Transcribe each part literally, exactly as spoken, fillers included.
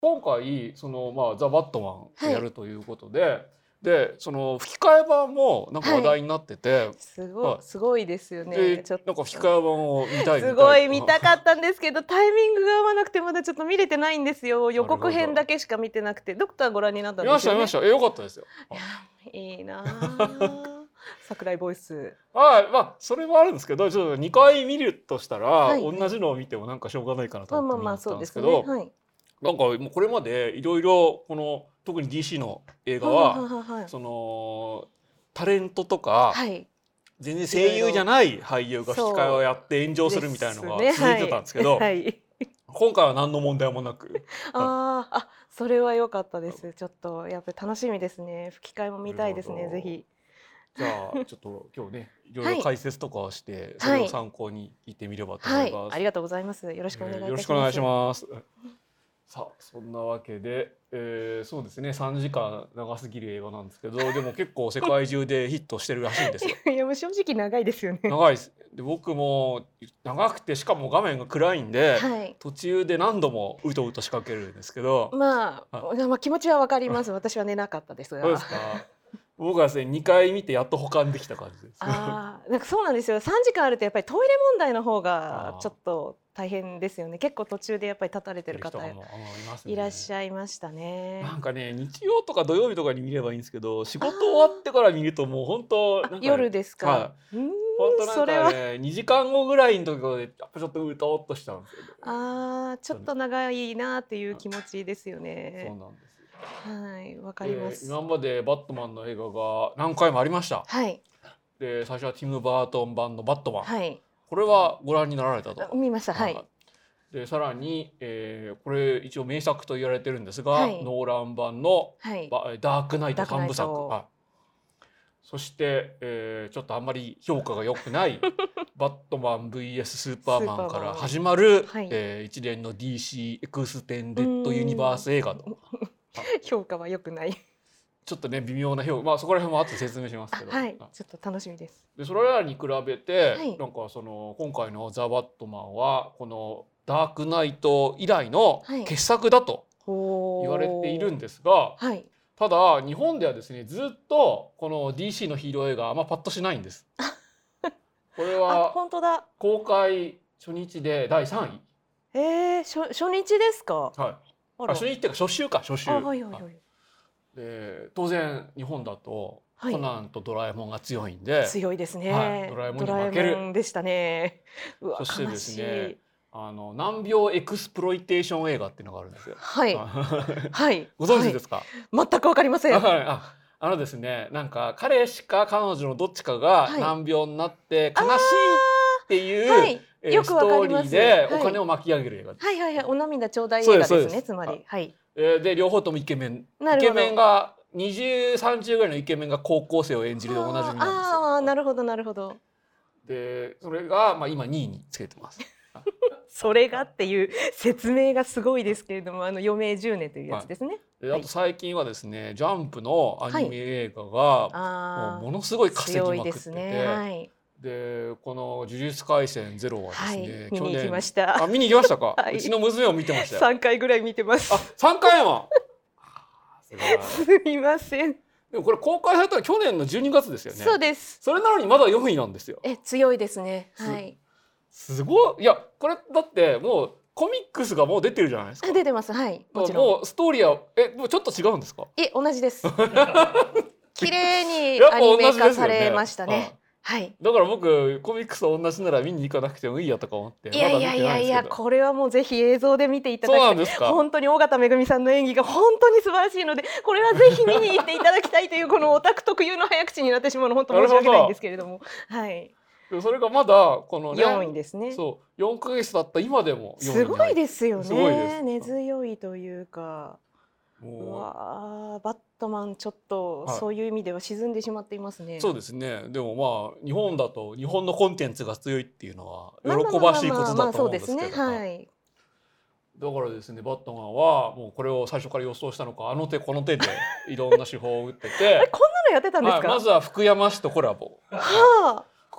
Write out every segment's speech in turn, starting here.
今回その、まあ、ザ・バットマンをやるということで、はい、でその吹き替え版もなんか話題になってて、はい、 すごい、はい、すごいですよね。 でちょっとなんか吹き替え版を見たいすごい見たかったんですけどタイミングが合わなくてまだちょっと見れてないんですよ。予告編だけしか見てなくて。ドクターご覧になったんですよね。 見ました見ました。え、よかったですよ。 いいな桜井ボイス。 はい、まあそれもあるんですけど、ちょっとにかい見るとしたら、はい、同じのを見てもなんかしょうがないかなと思って見に行ったんですけど、なんかもうこれまでいろいろこの特に ディーシー の映画はそのタレントとか、はい、全然声優じゃない俳優が吹き替えをやって炎上するみたいなのが続いてたんですけど、はいはい、今回は何の問題もなく。 ああ、それは良かったです。ちょっとやっぱり楽しみですね。吹き替えも見たいですね。ぜひ。 じゃあちょっと今日ねいろいろ解説とかをして、はい、それを参考に聞いてみればと思います。はいはい、ありがとうございます。よろしくお願いいたします。 よろしくお願いします。さあそんなわけで、えー、そうですねさんじかん長すぎる映画なんですけどでも結構世界中でヒットしてるらしいんですよ。 いやもう正直長いですよね。 長いです。で僕も長くてしかも画面が暗いんで、はい、途中で何度もうとうと仕掛けるんですけど、 まあ、はい、まあ気持ちはわかります。私は寝なかったですが。 そうですか。僕はですねにかい見てやっと保管できた感じです。 ああ、なんかそうなんですよ。さんじかんあるとやっぱりトイレ問題の方がちょっと大変ですよね。結構途中でやっぱり立たれてる方いらっしゃいましたね。 なんかね日曜とか土曜日とかに見ればいいんですけど、仕事終わってから見るともう本当なんか、ね、 夜ですか。はい、 本当なんかねにじかんごぐらいの時でやっぱちょっとうとっとしちゃうんですよね。 ああ、ちょっと長いなっていう気持ちですよね。 そうなんです。 はい、わかります、 えー、今までバットマンの映画が何回もありました。 はい。 で最初はティム・バートン版のバットマン。 はい。 これはご覧になられたと。 見ました。はい。 でさらに、えー、これ一応名作と言われてるんですが、はい、ノーラン版の、はい、ダークナイトさんぶさく。はい、そして、えー、ちょっとあんまり評価が良くないバットマン ブイエス スーパーマンから始まる、はい、えー、一連の ディーシー エクステンデッドユニバース映画と。 評価は良くない。 ちょっとね微妙な評価、まあそこら辺も後で説明しますけど、 はい、ちょっと楽しみです。 でそれらに比べて、はい、なんかその今回のザ・バットマンはこのダークナイト以来の傑作だと言われているんですが、はい、ただ日本ではですねずっとこの ディーシー のヒーロー映画あんまパッとしないんです。これは本当だ公開初日でだいさんい。 えー、初, 初日ですか。 はい。あ初日っていうか初週か初週。 あ、はいはいはい。 で当然日本だとコナンとドラえもんが強いんで、 強いですね、 はい、ドラえもんに負けるでしたね。 うわそしてですねあの難病エクスプロイテーション映画っていうのがあるんですよ。 はいはい。 ご存知ですか。 全くわかりません。 ああのですねなんか彼しか彼女のどっちかが難病になって悲しいっていう、はいストーリーでお金を巻き上げる映画です。 はいはいはい、お涙ちょうだい映画ですね。つまりはい。 で両方ともイケメンイケメンがにじゅう、さんじゅうぐらいのイケメンが高校生を演じるでおなじみなんですよ。 ああなるほどなるほど。 でそれがまあ今にいにつけてます。 それがっていう説明がすごいですけれども、あの余命じゅうねんというやつですね。 であと最近はですねジャンプのアニメ映画がもうものすごい稼ぎまくってて。でこの「呪術廻戦ゼロ」はですね、 はい、見に行きました。 あ見に行きましたか、はい、うちの娘を見てましたよ。 さんかいぐらい見てます。 あさんかいもすみません。 でもこれ公開されたの去年のじゅうにがつですよね。 そうです。 それなのにまだよんいなんですよ。 え強いですね。はい。 す、すごい。いやこれだってもうコミックスがもう出てるじゃないですか。 出てます。はい。もちろん。 もうストーリーはえもうちょっと違うんですか。 え同じです。綺麗にアニメ化されましたね。はい、 だから僕コミックス同じなら見に行かなくてもいいやとか思っていやいやいやいやこれはもうぜひ映像で見ていただきたい。本当に尾形めぐみさんの演技が本当に素晴らしいのでこれはぜひ見に行っていただきたいというこのオタク特有の早口になってしまうの本当申し訳ないんですけれどもはいそれがまだこの、ね、 よんいですね。 そうよんかげつだった今でもすごいですよね。根強いというかうわバットマンちょっとそういう意味では沈んでしまっていますね。 そうですね。でもまあ日本だと日本のコンテンツが強いっていうのは喜ばしいことだと思うんですけど。だからですねバットマンはもうこれを最初から予想したのかあの手この手でいろんな手法を打っててこんなのやってたんですか。 まずは福山市とコラボ。 はあ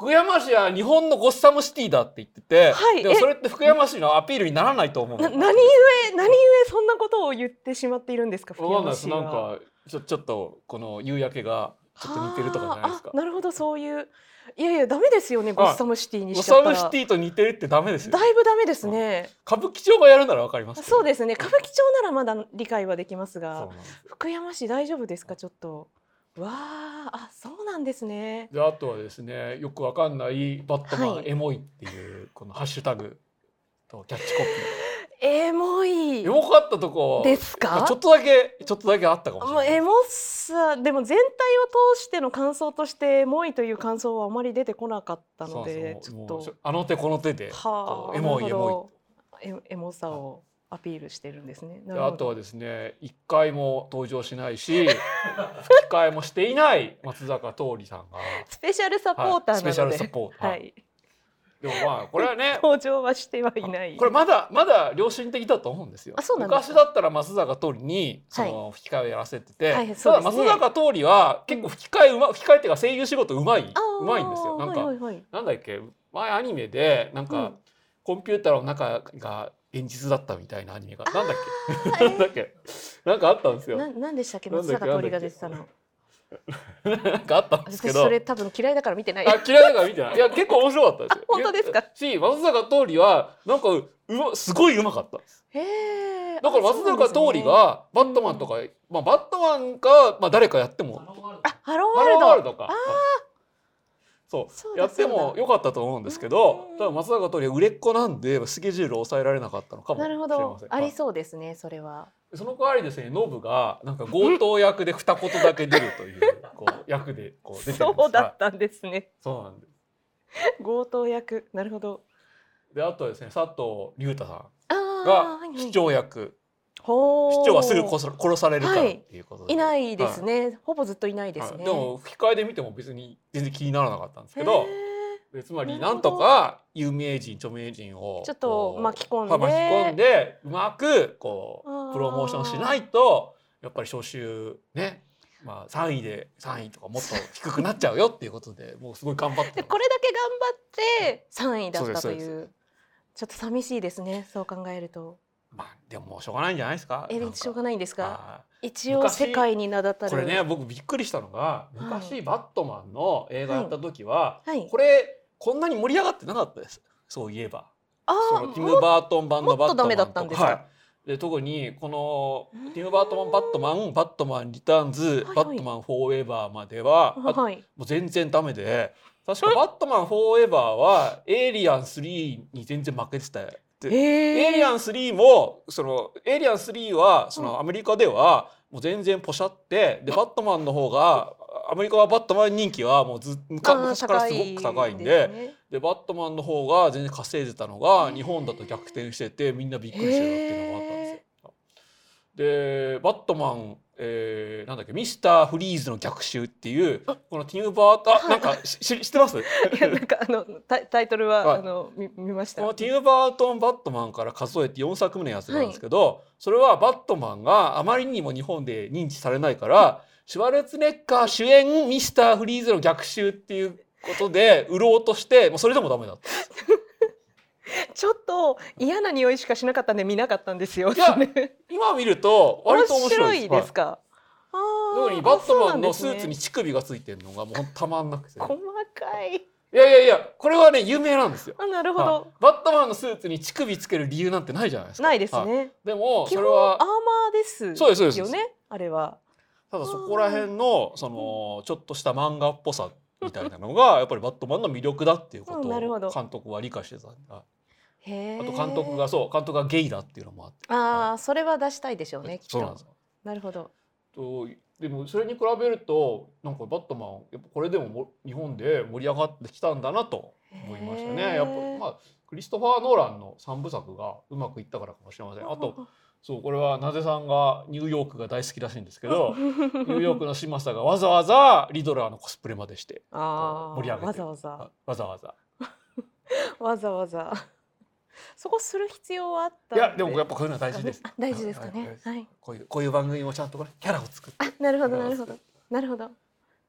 福山市は日本のゴッサムシティだって言ってて、はい、でもそれって福山市のアピールにならないと思う。 な何故何故そんなことを言ってしまっているんですか、福山市は。 なんかちょちょっとこの夕焼けがちょっと似てるとかじゃないですか。 なるほど、そういう。いやいやダメですよね、ゴッサムシティにしちゃったら。 ゴッサムシティと似てるってダメですよ。 だいぶダメですね。 歌舞伎町がやるならわかります。 そうですね、歌舞伎町ならまだ理解はできますが、福山市大丈夫ですか、ちょっと。わあ、あ、そうなんですね。 で、あとはですね、よくわかんないバットマンエモいっていうこのハッシュタグとキャッチコピー。 エモい。 エモかったとこですか。 ちょっとだけちょっとだけあったかもしれない。 エモさでも全体を通しての感想としてエモいという感想はあまり出てこなかったので、ちょっとあの手この手でエモいエモいエモさをアピールしてるんですね。 あとはですね、一回も登場しないし吹き替えもしていない松坂桃李さんがスペシャルサポーターなので、 スペシャルサポーター。はい。でもまあこれはね登場はしてはいない。 これまだまだ良心的だと思うんですよ。 あ、そうなんですか。 昔だったら松坂桃李にその吹き替えをやらせてて、 はいはい、 ただ松坂桃李は結構吹き替えうま、吹き替えっていうか声優仕事うまいうまいんですよ。なんか、はいはいはい、なんだっけ、前アニメでなんか、うん、コンピューターの中が現実だったみたいなアニメがなんだっけなんだっけなんかあったんですよ。 な、なんでしたっけ、松坂桃李が出てたの。 なんかあったんですけど、 それ多分嫌いだから見てない。 あ、嫌いだから見てない。いや結構面白かったですよ。 本当ですか。 し、松坂桃李はなんかうますごいうまかったです。 へえ。 だから松坂桃李がバットマンとか、うん、まあバットマンかまあ誰かやっても、 あ、ハローワールド、 ハローワールドか。 ああ。 そうやっても良かったと思うんですけど、ただ松坂桃李は売れっ子なんでスケジュールを抑えられなかったのかもしれません。なるほど、 ありそうですね、それは。 その代わりですね、ノブがなんか強盗役で二言だけ出るというこう役でこう出てるんですが。 そうだったんですね。 そうなんです。 強盗役、なるほど。 で、あとはですね、佐藤隆太さんが市長役。市長はすぐ殺されるからっていうことで、 はい、いないですね、はい、ほぼずっといないですね、 はい、でも吹き替えで見ても別に全然気にならなかったんですけど、つまりなんとか有名人著名人をちょっと巻き込んで、 巻き込んでうまくこうプロモーションしないとやっぱり招集ね、まあ、さんいでさんいとかもっと低くなっちゃうよっていうことでもうすごい頑張って、 これだけ頑張ってさんいだったという、ちょっと寂しいですね、そう考えると。 まあでももうしょうがないんじゃないですか。 え、しょうがないんですか。一応世界に名だたる。 これね、僕びっくりしたのが昔、はい、バットマンの映画やった時は、はいはい、これこんなに盛り上がってなかったです。そういえば。あそのティム・バートン版のバットマンと、もっとダメだったんですか。はい、で特にこのティム・バートマンバットマン、バットマンリターンズ、はいはい、バットマンフォーエバーまでは、はい、もう全然ダメで、確かバットマンフォーエバーはエイリアンスリーに全然負けてた。エイリアンスリーもそのエイリアンスリーはそのアメリカではもう全然ポシャってでバットマンの方がアメリカはバットマン人気はもうず昔からすごく高いんで、ね、でバットマンの方が全然稼いでたのが日本だと逆転しててみんなびっくりしてるっていうのがあったんですよ。でバットマン、えー、なんだっけミスターフリーズの逆襲っていうこのティム・バートンなんかし知ってます？いやなんかあのタイタイトルは、はい、あの 見, 見ました。 このティム・バートンバットマンから数えてよんさくめのやつなんですけど、はい、それはバットマンがあまりにも日本で認知されないから、シュワルツェネッガー主演ミスターフリーズの逆襲っていうことで売ろうとしてもうそれでもダメだった。 ちょっと嫌な匂いしかしなかったんで見なかったんですよ。 いや今見ると割と面白いです。 面白いですか。 はい、特にバットマンのスーツに乳首がついてるのがもうたまんなくて、 細かい。 いやいやいやこれはね有名なんですよ。 あ、なるほど、はい、 バットマンのスーツに乳首つける理由なんてないじゃないですか。 ないですね、はい、 でもそれは基本アーマーですよね。そうですそうです、あれは。 ただそこら辺のそのちょっとした漫画っぽさみたいなのがやっぱりバットマンの魅力だっていうことを監督は理解してたんだ。へあと監督がそう監督がゲイだっていうのもあって、 ああそれは出したいでしょうねきっと。 そうなんですよ。 なるほど。 とでもそれに比べるとなんかバットマンやっぱこれでもも日本で盛り上がってきたんだなと思いましたね。やっぱまあクリストファー・ノーランのさんぶさくがうまくいったからかもしれません。あとそうこれはなぜさんがニューヨークが大好きらしいんですけどニューヨークの嶋佐がわざわざリドラーのコスプレまでして盛り上げてわざわざわざわざわざわざそこする必要はあったんで。いやでもやっぱこういうのは大事です。 大事ですかね。はい。 こういうこういう番組もちゃんとこれキャラを作って。 あ、なるほどなるほどなるほど。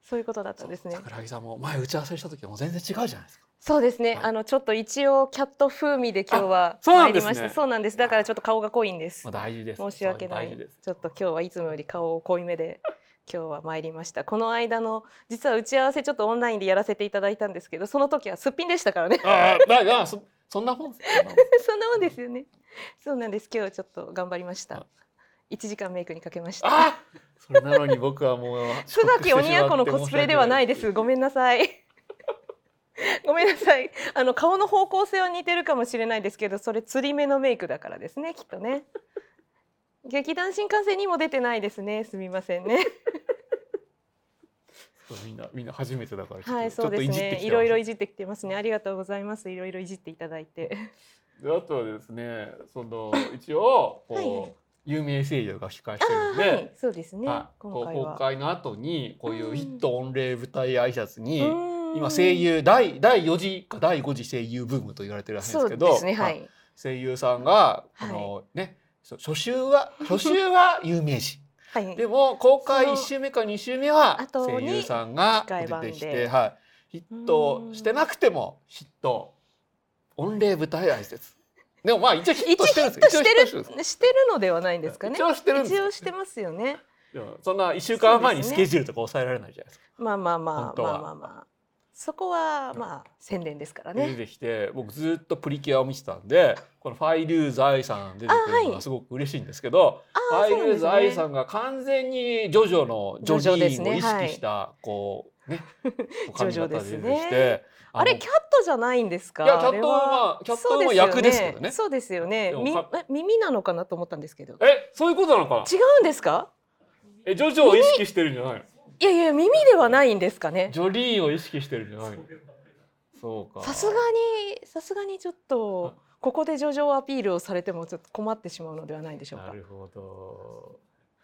そういうことだったんですね。 桜木さんも前打ち合わせした時はもう全然違うじゃないですか。 そうですね、はい、あのちょっと一応キャット風味で今日は参りました。そうなんです、だからちょっと顔が濃いんです。 大事です。 申し訳ない。ちょっと今日はいつもより顔を濃いめで今日は参りました。この間の実は打ち合わせちょっとオンラインでやらせていただいたんですけど、その時はすっぴんでしたからね。 ああ、だからそそんなもんそんなもんですよね。そうなんです。今日はちょっと頑張りました。いちじかんメイクにかけました。 あ、それなのに僕はもう椿鬼奴のコスプレではないです。ごめんなさい。ごめんなさい。あの顔の方向性は似てるかもしれないですけど、それ釣り目のメイクだからですね、きっとね。劇団新幹線にも出てないですね。すみませんね。 みんなみんな初めてだからちょっと、 はい、そうですね。いろいろいじってきてますね。ありがとうございます。いろいろいじっていただいて。 であとはですね、その一応こう、はいはい、有名声優が吹き替えしてるんで、はい、 そうですね。 はい、今回は公開の後にこういうヒット御礼舞台挨拶に、今声優第第四次か第五次声優ブームと言われてるらしいんですけど、 そうですね、はい、 声優さんがこの、はい、ね、初週は初週は有名人。はい、でも公開いっ週目かに週目は声優さんが出てきて、はい、ヒットしてなくてもヒット御礼舞台挨拶。でもまあ一応ヒットしてるんですよ。 してるのではないんですかね。 一応してるんです。 一応してますよね。 そんないっしゅうかんまえにスケジュールとか抑えられないじゃないですか。 まあまあまあまあまあまあ。そこはまあ宣伝ですからね。 出てきて僕ずっとプリキュアを見てたんで、このファイルーズ愛さん出てくるのがすごく嬉しいんですけど、ファイルーズ愛さんが完全にジョジョのジョジーンを意識したこうね髪型で出てきて、あれキャットじゃないんですか？ いやキャットはキャットは役ですけどね。 そうですよね。耳なのかなと思ったんですけど。 え、そういうことなのかな？ 違うんですか？ え、ジョジョを意識してるんじゃないの？ いやいや、耳ではないんですかね。 ジョリーンを意識してるんじゃないの？そうか。 さすがにさすがにちょっとここでジョジョアピールをされてもちょっと困ってしまうのではないでしょうか。 なるほど。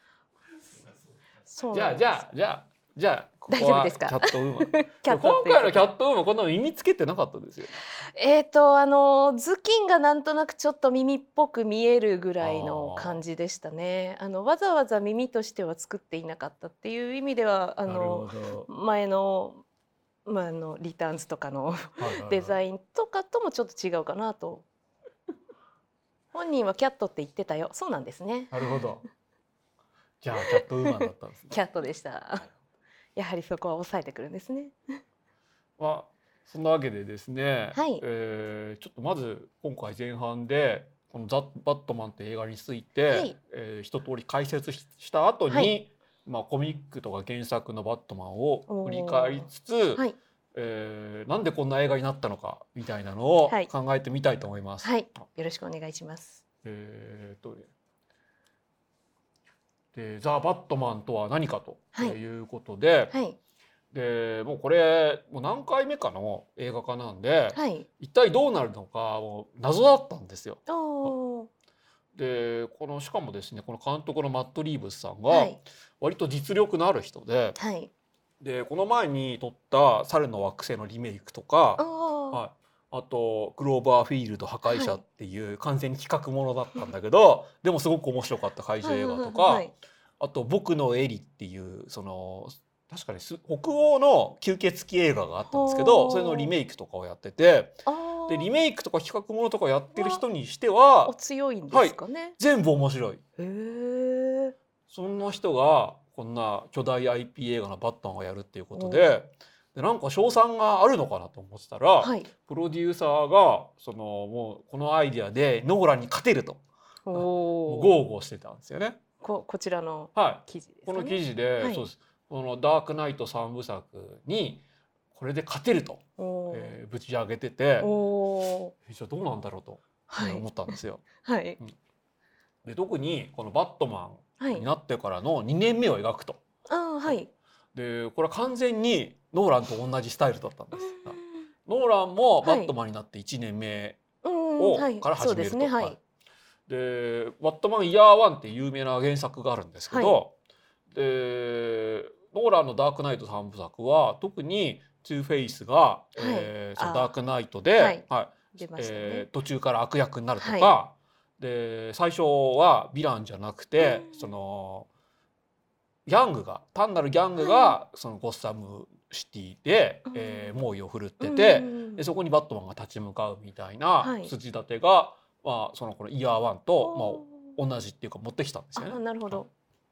そうじゃあじゃあじゃあじゃあ大丈夫ですか？ キャットウーマン。今回のキャットウーマンこんなの耳つけてなかったですよ。 えっとあの頭巾がなんとなくちょっと耳っぽく見えるぐらいの感じでしたね。あのわざわざ耳としては作っていなかったっていう意味ではあの前のまああのリターンズとかのデザインとかともちょっと違うかなと。本人はキャットって言ってたよ。そうなんですね。 なるほど。じゃあキャットウーマンだったんですね。 キャットでした。やはりそこは抑えてくるんですね。 まあそんなわけでですね、 はい、 えー、ちょっとまず今回前半でこのザ・バットマンって映画について、はい、えー、一通り解説した後に、はい、まあコミックとか原作のバットマンを振り返りつつ、はい、えー、なんでこんな映画になったのかみたいなのを考えてみたいと思います。 はい、はい、よろしくお願いします。 えーとねでザ・バットマンとは何かということで、はいはい、でもうこれもう何回目かの映画化なんで、はい、一体どうなるのかもう謎だったんですよ。でこのしかもですねこの監督のマット・リーブスさんが割と実力のある人で、はい、でこの前に撮った「猿の惑星」のリメイクとか、はい、あと「クローバーフィールド破壊者」っていう完全に企画ものだったんだけど、はい、でもすごく面白かった怪獣映画とか、はい、あと「僕のエリ」っていうその確かに北欧の吸血鬼映画があったんですけどそれのリメイクとかをやってて、でリメイクとか企画ものとかやってる人にしてはお強いんですかね、 はい、全部面白い。 へー、 そんな人がこんな巨大 アイピー 映画のバットマンをやるっていうことで、でなんか賞賛があるのかなと思ってたら、はい、プロデューサーがそのもうこのアイディアでノーランに勝てると豪語してたんですよね。 こ, こちらの記事ですね、 はい、この記事で、はい、そうです、このダークナイト三部作にこれで勝てると、えー、ぶち上げてて、おえじゃあどうなんだろうと思ったんですよ。はい、うん、で特にこのバットマンになってからのにねんめを描くと。はい、でこれは完全にノーランと同じスタイルだったんです。ノーランもバットマンになっていちねんめを、はい、から始めると。でバットマンイヤーワンって有名な原作があるんですけど、はい、でノーランのダークナイト三部作は特にツーフェイスが、はい、えー、そのダークナイトで、はいはいねえー、途中から悪役になるとか、はい、で最初はヴィランじゃなくて、うん、そのギャングが単なるギャングがそのゴッサムシティで、はいえー、猛威を振るってて、うん、でそこにバットマンが立ち向かうみたいな筋立てが、はい、まあ、そのこのイヤーワンと、まあ、同じっていうか持ってきたんですよね。 あ、なるほど。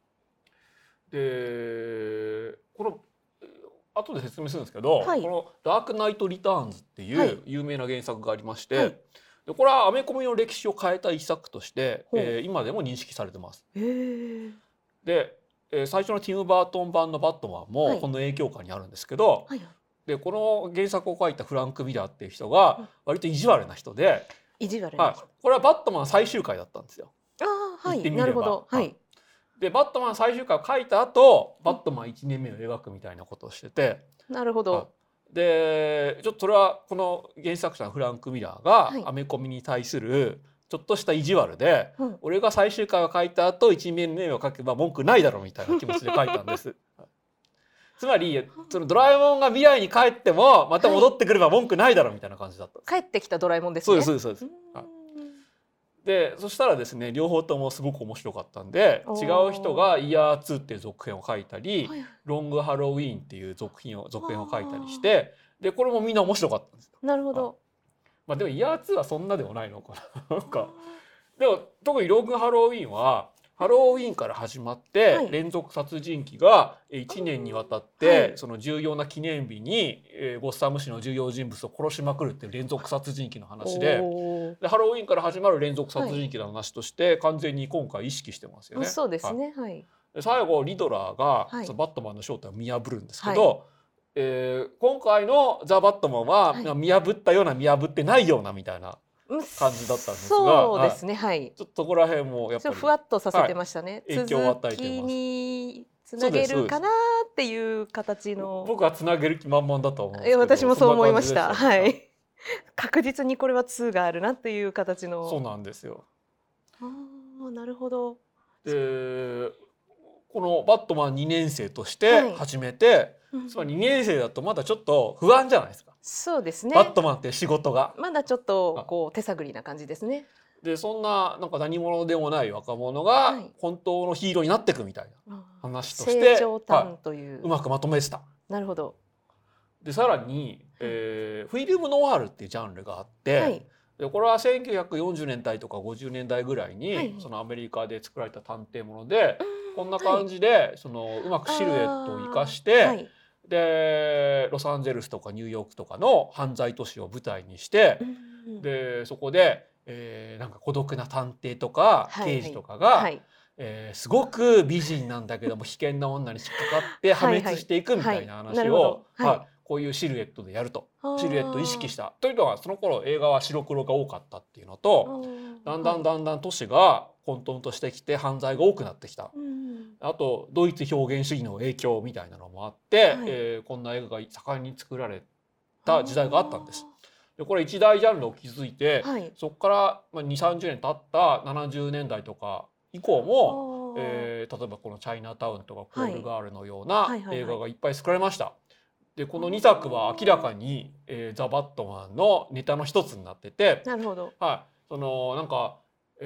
でこの後で説明するんですけど、はい、この「ダークナイト・リターンズ」っていう有名な原作がありまして、はい、でこれはアメコミの歴史を変えた一作として、えー、今でも認識されてます。 へー。 で、えー、最初のティム・バートン版のバットマンもこの影響下にあるんですけど、はい、でこの原作を書いたフランク・ミラーっていう人が割と意地悪な人で、 意地悪な人、 はい、これはバットマン最終回だったんですよ。 あ、はい、なるほど、はい。 でバットマン最終回を書いた後バットマンいちねんめを描くみたいなことをしてて、 なるほど。 でちょっとそれはこの原作者のフランク・ミラーがアメコミに対するちょっとした意地悪で、はい、俺が最終回を書いた後いちねんめを書けば文句ないだろうみたいな気持ちで書いたんです。つまりそのドラえもんが未来に帰ってもまた戻ってくれば文句ないだろうみたいな感じだった。 帰ってきたドラえもんですね。 そうですそうですそうです。でそしたらですね両方ともすごく面白かったんで違う人が「イヤーツー」っていう続編を書いたり「はい、ロングハロウィーン」っていう続編を続編を書いたりしてでこれもみんな面白かったんですよ。 なるほど。 まあでも「イヤーツー」はそんなでもないのかな。なんかでも特に「ロングハロウィーン」はハロウィーンから始まって連続殺人鬼がいちねんにわたってその重要な記念日にゴッサム市の重要人物を殺しまくるっていう連続殺人鬼の話で、でハロウィーンから始まる連続殺人鬼の話として完全に今回意識してますよね。 そうですね。はい。 で最後リドラーがそのバットマンの正体を見破るんですけど、はいえー、今回のザ・バットマンは見破ったような見破ってないようなみたいな。感じだったんですが、 そうですね、はい。 ちょっとそこら辺もやっぱりふわっとさせてましたね。 はい、影響を与えてます。 続きにつなげるかなっていう形の。 僕はつなげる気満々だと思うんですけど。 私もそう思いました。はい。確実にこれはツーがあるなっていう形の。 そうなんですよ。 ああ、なるほど。 で、このバットマンにねん生として始めて、はい、つまりにねん生だとまだちょっと不安じゃないですか。 そうですね。 バットマンって仕事がまだちょっとこう手探りな感じですね。 でそんななんか何者でもない若者が本当のヒーローになっていくみたいな話として、 成長譚という、 はい、うまくまとめてた。 なるほど。 でさらに、えー、フィルムノワールっていうジャンルがあって、はい、でこれはせんきゅうひゃくよんじゅうねんだいとかごじゅうねんだいぐらいに、はい、そのアメリカで作られた探偵もので、こんな感じで、はい、そのうまくシルエットを生かして。はいでロサンゼルスとかニューヨークとかの犯罪都市を舞台にして、うん、でそこで、えー、なんか孤独な探偵とか刑事とかが、はいはいえー、すごく美人なんだけども危険な女に引っかかって破滅していくみたいな話をこういうシルエットでやるとシルエットを意識したというのはその頃映画は白黒が多かったっていうのとだんだんだんだん都市が混沌としてきて犯罪が多くなってきた。うんあとドイツ表現主義の影響みたいなのもあって、はいえー、こんな映画が盛んに作られた時代があったんです。でこれ一大ジャンルを築いて、はい、そこからにじゅうさんじゅうねん経ったななじゅうねんだいとか以降も、えー、例えばこの「チャイナタウン」とか「コールガール」のような映画がいっぱい作られました。でこのにさくは明らかに、えー、ザ・バットマンのネタの一つになっててなるほど、 はい、そのなんか、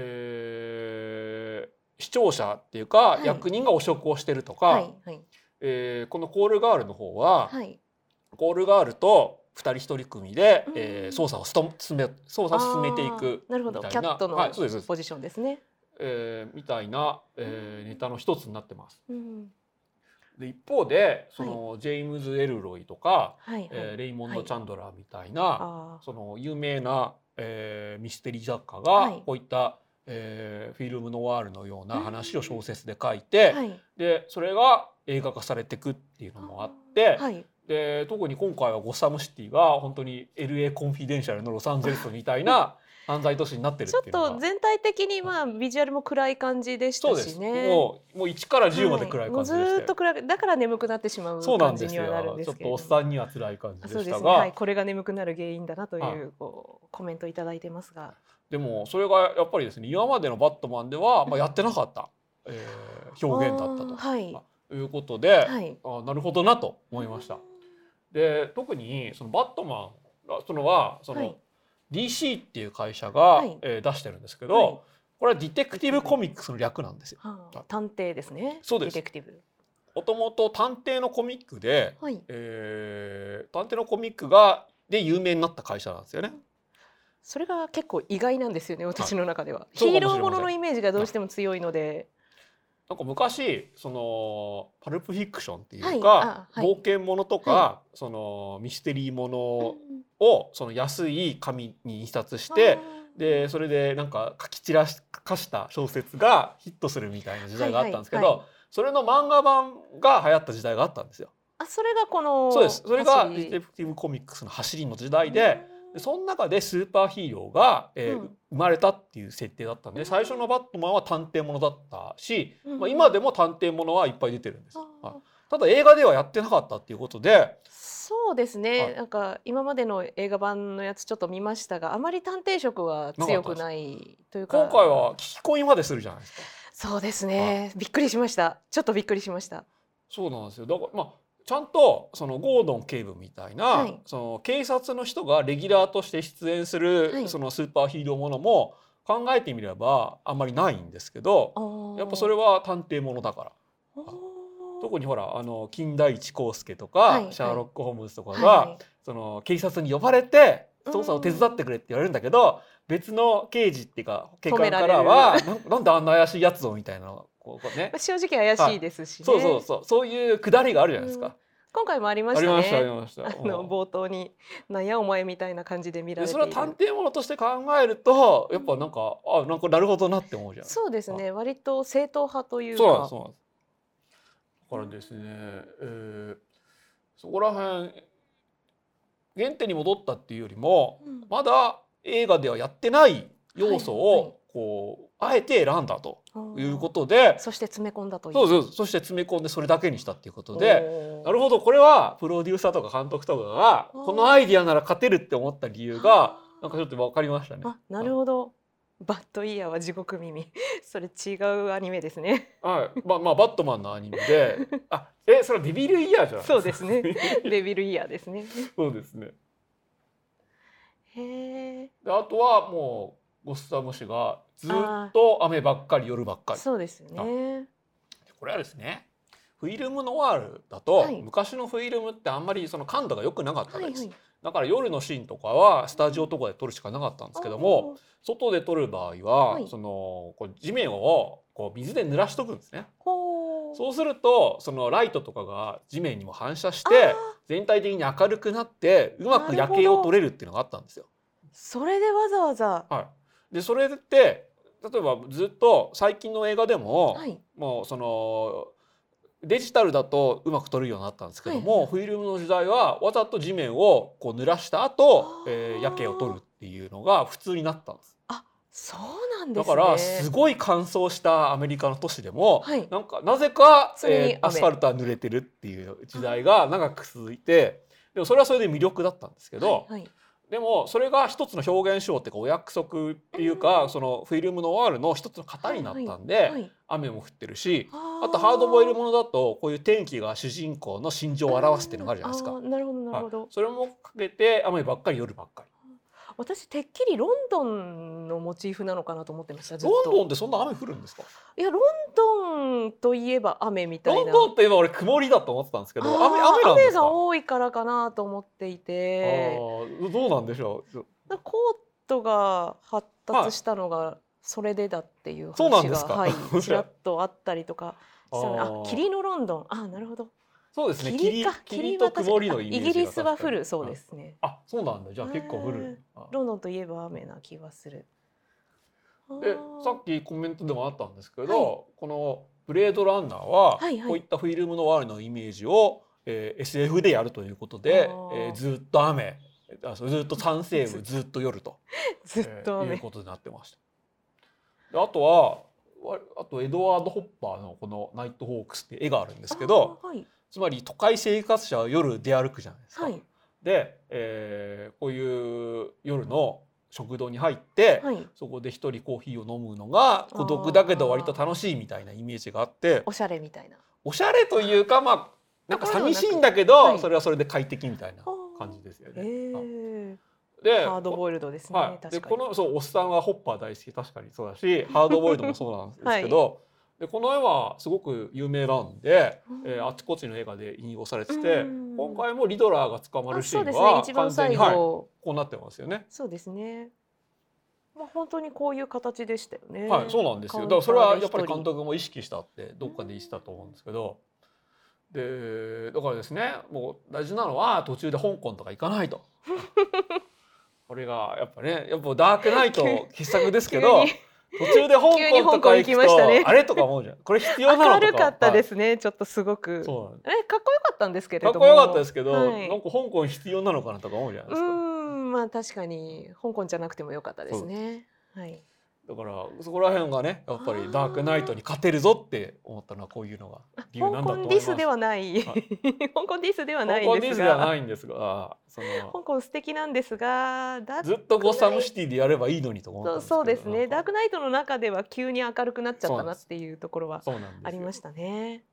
えー視聴者っていうか、はい、役人が汚職をしてるとか、はいはいえー、このコールガールの方は、はい、コールガールとふたり一人組で、うんえー、捜査を進め捜査を進めていくみたいななるほどキャットのポジションですね、はいえー、みたいな、えー、ネタの一つになってます。うん、で一方でその、はい、ジェームズ・エルロイとか、はいえー、レイモンド・チャンドラーみたいな、はい、その有名な、えー、ミステリー作家がこういった、はいえー、フィルムノワールのような話を小説で書いて、はい、でそれが映画化されていくっていうのもあって、はい、で特に今回はゴッサムシティが本当に エルエー コンフィデンシャルのロサンゼルスみたいな犯罪都市になってるっていうのがちょっと全体的にまあビジュアルも暗い感じでしたしね。そうですもう、もういちからじゅうまで暗い感じでして、はい、 もうずっと暗いだから眠くなってしまう感じにはなるんですけど、 ちょっとおっさんには辛い感じでしたが、そうですねはい、これが眠くなる原因だなという、はい、こうコメントいただいてますがでもそれがやっぱりですね今までのバットマンでは、まあ、やってなかった、えー、表現だったと、はいまあ、いうことで、はい、あなるほどなと思いました。で特にそのバットマンそのはその、はい、ディーシー っていう会社が、はいえー、出してるんですけど、はい、これはディテクティブコミックスの略なんですよ。 はあ、探偵ですね。 そうです。 ディテクティブもともと探偵のコミックで、はい、えー、探偵のコミックがで有名になった会社なんですよね。 それが結構意外なんですよね、私の中では。はい、ヒーローもののイメージがどうしても強いので。 なんか昔そのパルプフィクションっていうか、はいはい、冒険ものとか、はい、そのミステリーものをその安い紙に印刷して、でそれでなんか書き散らかした小説がヒットするみたいな時代があったんですけど、はいはいはい、それの漫画版が流行った時代があったんですよ。 あ、それがこのそうです。それがディテクティブコミックスの走りの時代で、でその中でスーパーヒーローが、えーうん、生まれたっていう設定だったんで、最初のバットマンは探偵ものだったし、うん、まあ、今でも探偵ものはいっぱい出てるんです、はい、ただ映画ではやってなかったっていうことで。 そうですね、はい、なんか今までの映画版のやつちょっと見ましたが、あまり探偵色は強くないというか、 今回は聞き込みまでするじゃないですか。 そうですね、はい、びっくりしました。ちょっとびっくりしました。 そうなんですよ。だからまあちゃんとそのゴードン警部みたいな、はい、その警察の人がレギュラーとして出演する、はい、そのスーパーヒーローものも考えてみればあんまりないんですけど、やっぱそれは探偵ものだから。特にほらあの金田一耕助とか、はい、シャーロック・ホームズとかが、はい、その警察に呼ばれて捜査を手伝ってくれって言われるんだけど、別の刑事っていうか警官からは な, なんであんな怪しいやつをみたいな、こうね、 正直怪しいですしね、 はい、そうそうそう、そういうくだりがあるじゃないですか。 今回もありましたね。 ありましたありました。 あの冒頭になんやお前みたいな感じで見られている。 それは探偵ものとして考えるとやっぱなんか、あ、なんかなるほどなって思うじゃん。 そうですね、割と正統派というか。 そうなんです、そうなんです。だからですね、えー、そこら辺原点に戻ったっていうよりも、うん、まだ映画ではやってない要素をこう、はいはい、あえて選んだということで、 そして詰め込んだという。 そうそう、そして詰め込んでそれだけにしたっていうことで、なるほど、これはプロデューサーとか監督とかがこのアイディアなら勝てるって思った理由がなんかちょっと分かりましたね。 あ、なるほど。バッドイヤーは地獄耳。それ違うアニメですね。 はい、まあまあバットマンのアニメで、あ、え、それはデビルイヤーじゃないですか。 そうですね。デビルイヤーですね。 そうですね。 へえ。 で、あとはもうゴッサム市がずっと雨ばっかり夜ばっかり。 そうですよね。 これはですね、フィルムノワールだと、はい、昔のフィルムってあんまりその感度が良くなかったです。はいはい、だから夜のシーンとかはスタジオとかで撮るしかなかったんですけども、外で撮る場合は、はい、そのこう地面をこう水で濡らしとくんですね。そうするとそのライトとかが地面にも反射して全体的に明るくなってうまく夜景を撮れるっていうのがあったんですよ。 それでわざわざ。 はい、でそれって例えばずっと最近の映画でも、はい、もうそのデジタルだとうまく撮るようになったんですけども、はい、フィルムの時代はわざと地面をこう濡らした後、えー、夜景を撮るっていうのが普通になったんです。 あ、そうなんですね。 だからすごい乾燥したアメリカの都市でも、はい、なんかなぜか、えー、アスファルトは濡れてるっていう時代が長く続いて、でもそれはそれで魅力だったんですけど、はいはい、でもそれが一つの表現手法っていうかお約束っていうか、そのフィルムノワールの一つの型になったんで、はいはい、雨も降ってるし、あとハードボイルものだとこういう天気が主人公の心情を表すっていうのがあるじゃないですか。 なるほどなるほど、 はい、それもかけて雨ばっかり夜ばっかり。 私てっきりロンドンのモチーフなのかなと思ってました。ずっと。 ロンドンってそんな雨降るんですか？ いや、ロンドンといえば雨みたいな。 ロンドンといえば俺曇りだと思ってたんですけど、雨雨なんですか？ 雨が多いからかなと思っていて。 あ、どうなんでしょう。 コートが発達したのがそれでだっていう話が、はい、ちらっとあったりとかしたので、あ、霧のロンドン、あ、なるほど。 そうですね。霧か、霧と曇りのイメージが。 イギリスは降るそうですね。 あ、そうなんだ。じゃあ結構降る。 ロンドンといえば雨な気がする。 で、さっきコメントでもあったんですけど、はい、このブレードランナーはこういったフィルムノワールのイメージを、えー、エスエフ でやるということで、えー、ずっと雨、ずっと三西部、ずっと夜とずっと雨、 えー、いうことになってました。で、あとはあとエドワード・ホッパーのこのナイトホークスって絵があるんですけど、はい、つまり都会生活者は夜出歩くじゃないですか。はい、で、えー、こういう夜の食堂に入って、はい、そこで一人コーヒーを飲むのが孤独だけど割と楽しいみたいなイメージがあって、 おしゃれみたいな。 おしゃれというか、まあなんか寂しいんだけど、はい、それはそれで快適みたいな感じですよね。 で、ハードボイルドですね。はい、 でこのそうおっさんはホッパー大好き、確かにそうだし、ハードボイルドもそうなんですけど、はい、 でこの絵はすごく有名なんで、うんえー、あちこちの映画で引用されてて、うん、今回もリドラーが捕まるシーンは完全に、はい、こうなってますよね。 そうですね。まあ、本当にこういう形でしたよね。 はい、そうなんですよ。だからそれはやっぱり監督も意識したってどっかで言ってたと思うんですけど、うん、でだからですね、もう大事なのは途中で香港とか行かないと。これがやっぱね、やっぱダークナイト傑作ですけど。途中で香港とか行くと、ね、あれとか思うじゃん。これ必要なのとか。 明るかったですね。はい、ちょっとすごく。 そうえ、かっこよかったんですけれども。 かっこよかったですけど、はい、なんか香港必要なのかなとか思うじゃないですか。 うん、まあ確かに香港じゃなくてもよかったですね。はい。 だからそこら辺がね、やっぱりダークナイトに勝てるぞって思ったのはこういうのが理由なんだと思います。 香港ディスではない。香港ディスではないんですが。香港ディスではないんですが、 その香港素敵なんですが、 ずっとゴッサムシティでやればいいのにと思ったんですけど。 そうですね。ダークナイトの中では急に明るくなっちゃったなっていうところはありましたね。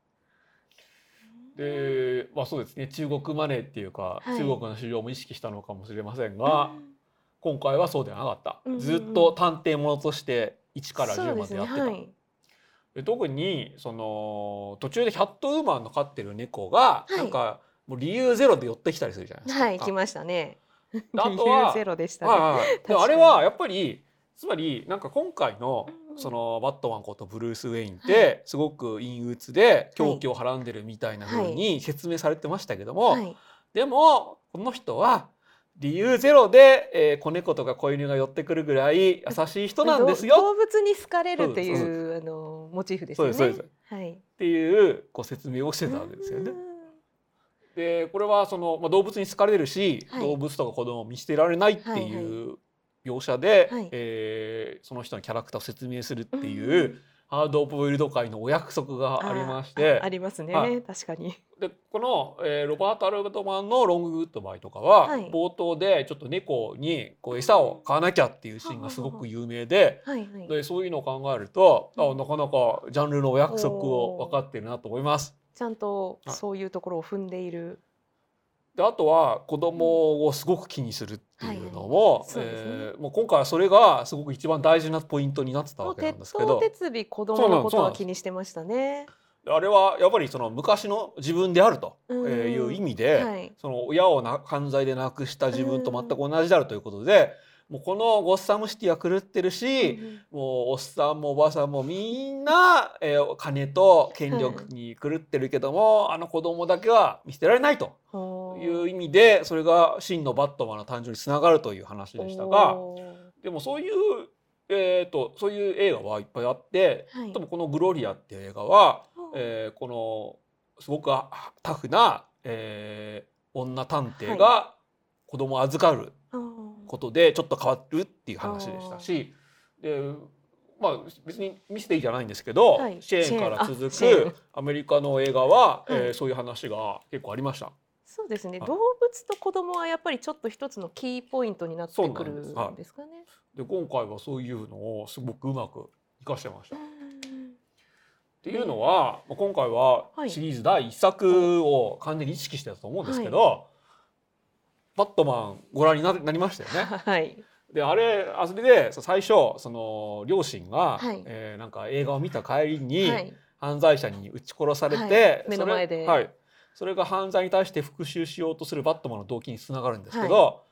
で、まあそうですね。中国マネーっていうか、はい、中国の市場も意識したのかもしれませんが、うん、今回はそうではなかった。うんうんうん、ずっと探偵ものとしていちからじゅうまでやってた。で特にその途中でキャットウーマンの飼ってる猫が、はい、なんかもう理由ゼロで寄ってきたりするじゃないですか。 はい、来ましたね。 あとはゼロでしたね。 はいはい、であれはやっぱりつまりなんか今回のそのバットマンことブルース・ウェインってすごく陰鬱で狂気をはらんでるみたいな風に説明されてましたけども、はいはい、でもこの人は理由ゼロで、えー、子猫とか子犬が寄ってくるぐらい優しい人なんですよ。 動物に好かれるっていうあのモチーフですよね。そうですそうです、 はい、っていうこう説明をしてたわけですよね。でこれはその、まあ、動物に好かれるし、はい、動物とか子供を見捨てられないっていう描写で、はいはいえー、その人のキャラクターを説明するっていう、ハードボイルド界のお約束がありましてあ, ありますね、はい、確かに。 でこの、えー、ロバート・アルバトマンのロング・グッドバイとかは、はい、冒頭でちょっと猫にこう餌を買わなきゃっていうシーンがすごく有名で、はいはい、でそういうのを考えると、うん、あなかなかジャンルのお約束を分かってるなと思います。 ちゃんとそういうところを踏んでいる。 であとは子供をすごく気にするっていうのも今回はそれがすごく一番大事なポイントになってたわけなんですけど、 鉄頭鉄尾子供のことは気にしてましたね。 あれはやっぱりその昔の自分であるという意味で、はい、その親をな犯罪で亡くした自分と全く同じであるということで、もうこのゴッサムシティは狂ってるし、うん、もうおっさんもおばさんもみんな、えー、金と権力に狂ってるけども、はい、あの子供だけは見捨てられないという意味で、それが真のバットマンの誕生につながるという話でしたが、でもそういう、えー、とそういう映画はいっぱいあって、はい、多分この「グロリア」っていう映画は、えー、このすごくタフな、えー、女探偵が子供を預かることでちょっと変わるっていう話でしたし、でまあ別にミステリーじゃないんですけど、はい、シェーンから続くアメリカの映画は、はいえー、そういう話が結構ありました。 そうですね、動物と子供はやっぱりちょっと一つのキーポイントになってくるんですかね。 で今回はそういうのをすごくうまく生かしてました。っていうのは、ね、今回はシリーズだいいっさくを完全に意識してたと思うんですけど、はい、バットマンご覧になりましたよね。はい、であれあれで最初その両親が、はいえー、なんか映画を見た帰りに犯罪者に撃ち殺されて、はい、 目の前で、 はい、それが犯罪に対して復讐しようとするバットマンの動機につながるんですけど、はい、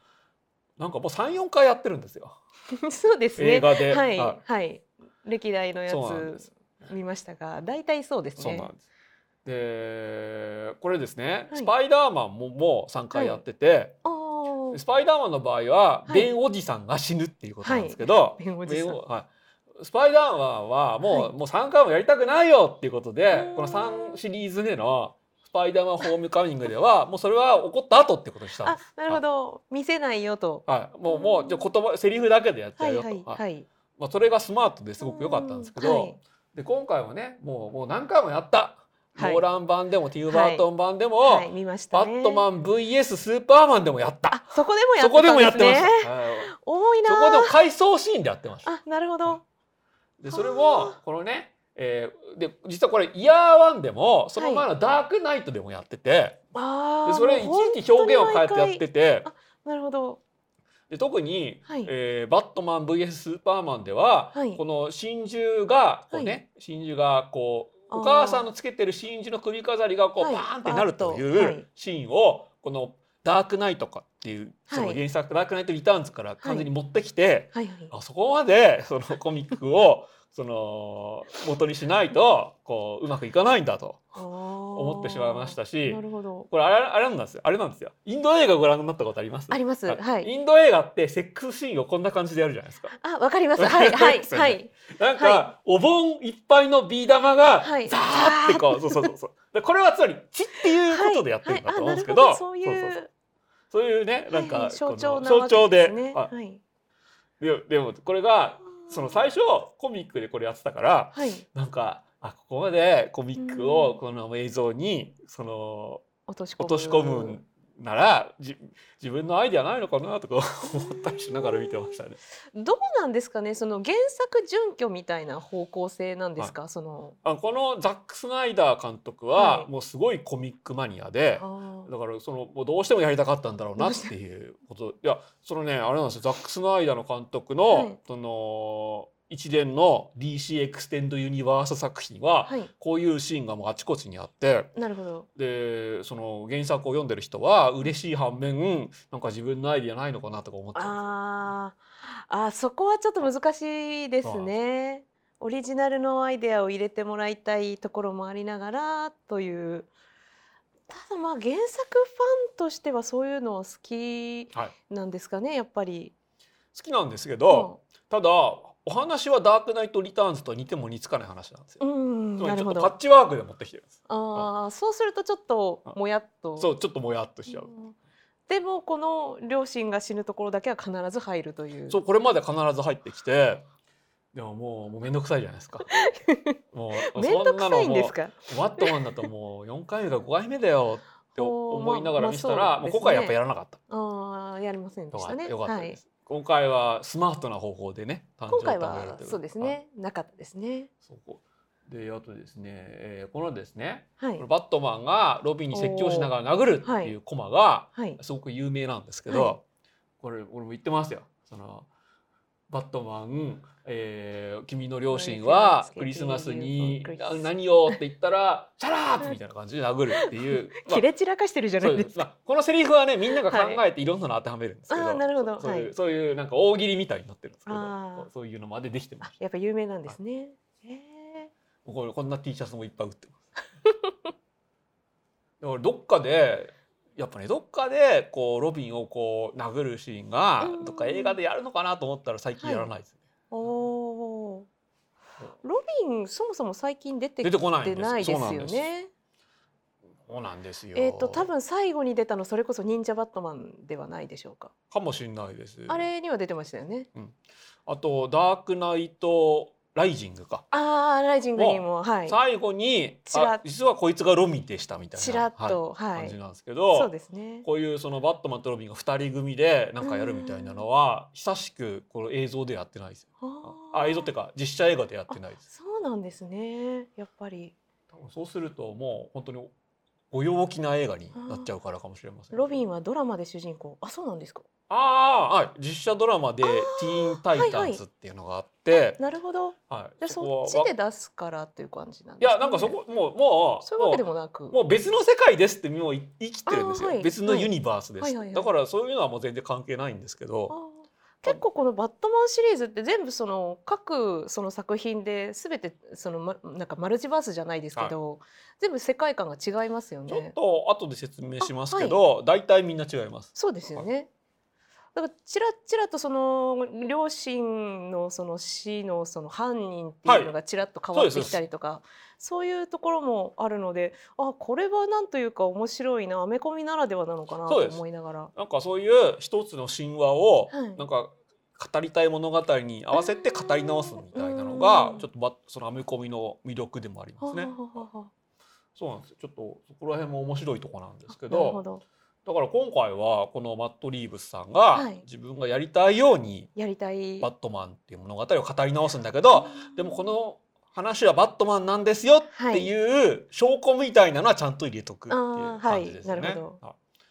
なんかもう さん,よん 回やってるんですよ。 そうですね。 映画で、 はいはいはい、歴代のやつ見ましたが、大体そうですね。 そうなんです。でこれですね、はい、スパイダーマン も, もさんかいやってて、はい、スパイダーマンの場合は、はい、ベンおじさんが死ぬっていうことなんですけど、はい、ベンおじさん、はい、スパイダーマンはもう、はい、もうさんかいもやりたくないよっていうことで、このさんシリーズ目のスパイダーマンホームカミングではもうそれは起こった後ってことにしたんです。 あ、なるほど、はい、見せないよと、 はい、もうもうじゃ言葉セリフだけでやっちゃうよと、はいはいはい、まあ、それがスマートですごく良かったんですけど、はい、で今回はねもう、もう何回もやった、はい、ノーラン版でもティム・バートン版でも、はいはい、見ましたね、バットマン ブイエス スーパーマンでもやった。 あ、そこでもやってたんですね。そこでもやってました、はい、多いな。 そこでも回想シーンでやってました。 あ、なるほど。 でそれもこのね、えー、で実はこれイヤーワンでもその前のダークナイトでもやってて、はい、でそれ一時期表現を変えてやってて、 あ、なるほど。 で特に、はい、えー、バットマン ブイエス スーパーマンでは、はい、この真珠がこう、ね、はい、真珠がこうお母さんのつけてる真珠の首飾りがこう、はい、バーンってなるというシーンをこのダークナイトかっていうその原作、はい、ダークナイトリターンズから完全に持ってきて、はいはいはい、あそこまでそのコミックをその元にしないとこううまくいかないんだと思ってしまいましたし、 なるほど。 これあれあれなんですよあれなんですよインド映画ご覧になったことあります？ あります。はい。 インド映画ってセックスシーンをこんな感じでやるじゃないですか。 あ、わかります。はいはいはい。 なんか、はい、お盆いっぱいのビー玉がザーってこう、はい、そうそうそうそう。でこれはつまり血っていうことでやってるんだと思うんですけど、はいはい、 そういうそういうねなんか、はい、 象徴なわけですね。はい。 ででもこれがその最初コミックでこれやってたから、はい、なんかあここまでコミックをこの映像にその落とし込むならじ自分のアイデアないのかなとか思ったりしながら見てましたね。 どうなんですかね、その原作準拠みたいな方向性なんですか、はい、そのあこのザック・スナイダー監督はもうすごいコミックマニアで、はい、だからそのもうどうしてもやりたかったんだろうなっていうこといやそのねあれなんですよザック・スナイダーの監督の、はい、その一連の ディーシー エクステンドユニバース作品はこういうシーンがもうあちこちにあって、 なるほど。 でその原作を読んでる人は嬉しい反面なんか自分のアイディアないのかなとか思っちゃうんですよ。 ああそこはちょっと難しいですね。オリジナルのアイデアを入れてもらいたいところもありながらという。ただまあ原作ファンとしてはそういうの好きなんですかね、はい、やっぱり。 好きなんですけど、うん、ただお話はダークナイトリターンズと似ても似つかない話なんですよ。うん、つまりちょっとパッチワークで持ってきてるんです。 ああ、そうするとちょっともやっと。 そう、ちょっともやっとしちゃう。 でもこの両親が死ぬところだけは必ず入るという。 そう、これまで必ず入ってきて、でももうもうめんどくさいじゃないですか。 もうめんどくさいんですか。 バットマンだともうよんかいめかごかいめだよって思いながら見せたら、もう今回やっぱやらなかった。 ああ、やりませんでしたね。 よかったです。今回はスマートな方法でね誕生を食べるという。今回はそうですね、なかったですね。 そうであとですね、えー、このですね、はい、バットマンがロビンに説教しながら殴るっていうコマがすごく有名なんですけど、はい、これ俺も言ってますよ。そのバットマン、えー、君の両親はクリスマスに何をって言ったらシャラーップみたいな感じで殴るっていう、 まあ、切れ散らかしてるじゃないですか。 まあ、このセリフはねみんなが考えていろんなの当てはめるんですけど、 はい、あなるほど、 そういう、はい、そういうなんか大喜利みたいになってるんですけど、そういうのまでできてます。 やっぱ有名なんですね。へーこれこんな T シャツもいっぱい売ってます。だからどっかでやっぱねどっかでこうロビンをこう殴るシーンがどっか映画でやるのかなと思ったら最近やらないですね。 はい、おロビンそもそも最近出てきてないですよね。 そうなんですよ。 えっと多分最後に出たのそれこそ忍者バットマンではないでしょうか。 かもしれないです。 あれには出てましたよね。 うん、あとダークナイトライジングか。 ああライジングにも、はい、 最後にあ実はこいつがロミンでしたみたいなチラッと、 はい、感じなんですけど、 そうですね。 こういうそのバットマンとロビンがふたり組でなんかやるみたいなのは久しくこの映像でやってないですよ。あ映像っていうか実写映画でやってないです。 そうなんですね。やっぱり。 多分そうするともう本当にご陽気な映画になっちゃうからかもしれません。 ロビンはドラマで主人公。あそうなんですか。 ああ、はい、実写ドラマで「ティーン・タイタンズ」っていうのがあって、はいはい、 なるほど、 はい、 じゃそっちで出すからっていう感じなんですか、ね、 いやなんかそこもうもうそういうわけでもなくもう別の世界ですってもう言い切ってるんですよ、はい、別のユニバースです、はいはいはいはい、だからそういうのはもう全然関係ないんですけど、 結構このバットマンシリーズって全部その各その作品で全てそのまなんかマルチバースじゃないですけど、はい、全部世界観が違いますよね。 ちょっと後で説明しますけど、はい、大体みんな違います。 そうですよね。はい、だからちらちらとその両親のその死のその犯人っていうのがちらっと変わってきたりとか、はい、そういうところもあるので、あこれはなんというか面白いなアメコミならではなのかなと思いながら、 なんかそういう一つの神話をなんか語りたい物語に合わせて語り直すみたいなのがちょっとそのアメコミの魅力でもありますね。そうなんですよ。ちょっとそこら辺も面白いところなんですけど。なるほど。だから今回はこのマット・リーブスさんが自分がやりたいようにバットマンっていう物語を語り直すんだけど、でもこの話はバットマンなんですよっていう証拠みたいなのはちゃんと入れとくっていう感じですね。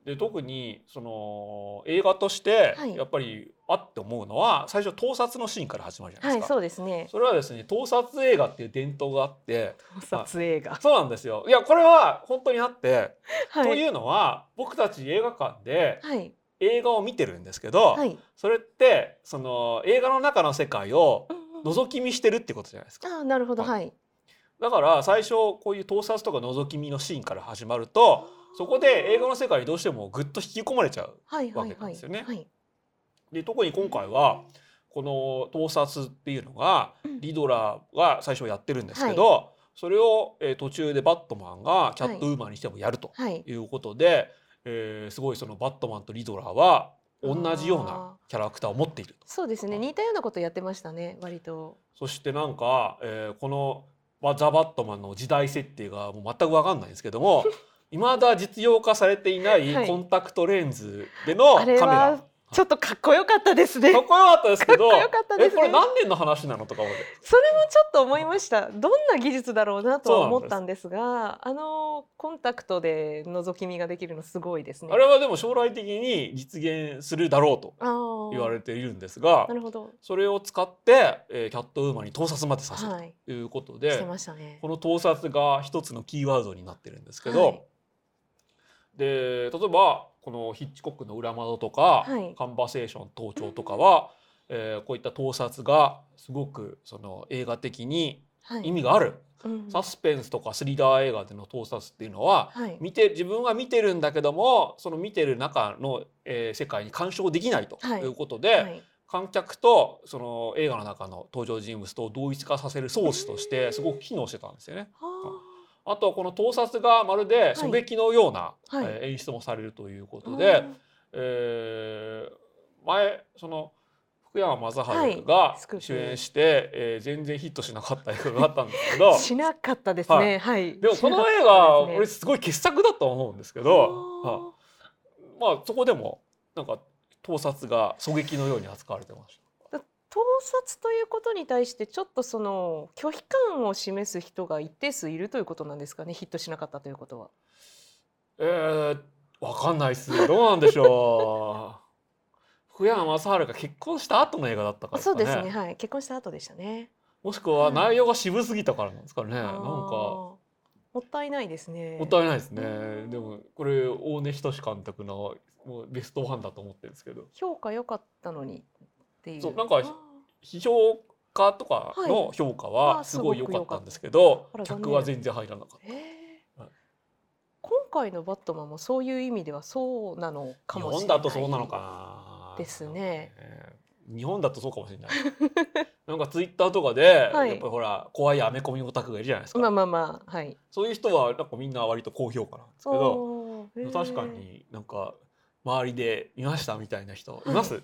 で特にその映画としてやっぱりあって思うのは最初盗撮のシーンから始まるじゃないですか。 はい、そうですね。 それはですね盗撮映画っていう伝統があって、 盗撮映画、 そうなんですよ。いやこれは本当にあって、 はい、 というのは僕たち映画館ではい映画を見てるんですけど、はい、それってその映画の中の世界を覗き見してるってことじゃないですか。 あ、なるほど、はい。 だから最初こういう盗撮とか覗き見のシーンから始まると、そこで映画の世界にどうしてもぐっと引き込まれちゃうわけなんですよね。で特に今回はこの盗撮っていうのがリドラーが最初やってるんですけど、はい、それを途中でバットマンがキャットウーマンにしてもやるということで、はいはい、えー、すごいそのバットマンとリドラーは同じようなキャラクターを持っていると。 そうですね、似たようなことやってましたね、割と。 そしてなんか、えー、このザ・バットマンの時代設定がもう全く分かんないんですけども未だ実用化されていないコンタクトレンズでのカメラ、はい、 ちょっとかっこよかったですね。 かっこよかったですけど、 かっこよかったですね。 えこれ何年の話なのとか思って。 それもちょっと思いました。どんな技術だろうなとは思ったんですが、あのコンタクトで覗き見ができるのすごいですね。 あれはでも将来的に実現するだろうと言われているんですが、 なるほど。それを使って、えー、キャットウーマンに盗撮までさせるということで、 はい、してましたね。 この盗撮が一つのキーワードになってるんですけど、はい、で例えばこのヒッチコックの裏窓とか、はい、カンバセーション盗聴とかは、えー、こういった盗撮がすごくその映画的に意味がある、はい、うん、サスペンスとかスリラー映画での盗撮っていうのは、はい、見て自分は見てるんだけどもその見てる中の、えー、世界に干渉できないということで、はいはい、観客とその映画の中の登場人物と同一化させる装置としてすごく機能してたんですよね。あとはこの盗撮がまるで狙撃のような、はい、えー、演出もされるということで、はい、えー、前その福山雅治が主演して、はい、えー、全然ヒットしなかった映画があったんですけどしなかったですね、はいはい、 でもこの映画、ね、俺すごい傑作だと思うんですけど、はあ、まあそこでもなんか盗撮が狙撃のように扱われてました。 盗撮ということに対してちょっとその拒否感を示す人が一定数いるということなんですかね、ヒットしなかったということは。 えー、分かんないっすよ。どうなんでしょう福山雅治が結婚した後の映画だったからですかね。 そうですね、はい、結婚した後でしたね。 もしくは内容が渋すぎたからなんですかね、はい、なんかもったいないですね。 もったいないですね。でもこれ大根仁監督のもうベストワンだと思ってるんですけど、 評価良かったのにっていう。 そうなんか批評家とかの評価はすごい良かったんですけど、はい、客は全然入らなかった。 はい、今回のバットマンもそういう意味ではそうなのかもしれない。 日本だとそうなのかな。 ですね。 日本だとそうかもしれない。なんかツイッターとかで、はい、やっぱりほら怖いアメコミオタクがいるじゃないですか。 まあまあまあ、はい。 そういう人はなんかみんな割と高評価なんですけど、確かになんか周りで見ましたみたいな人います？はい、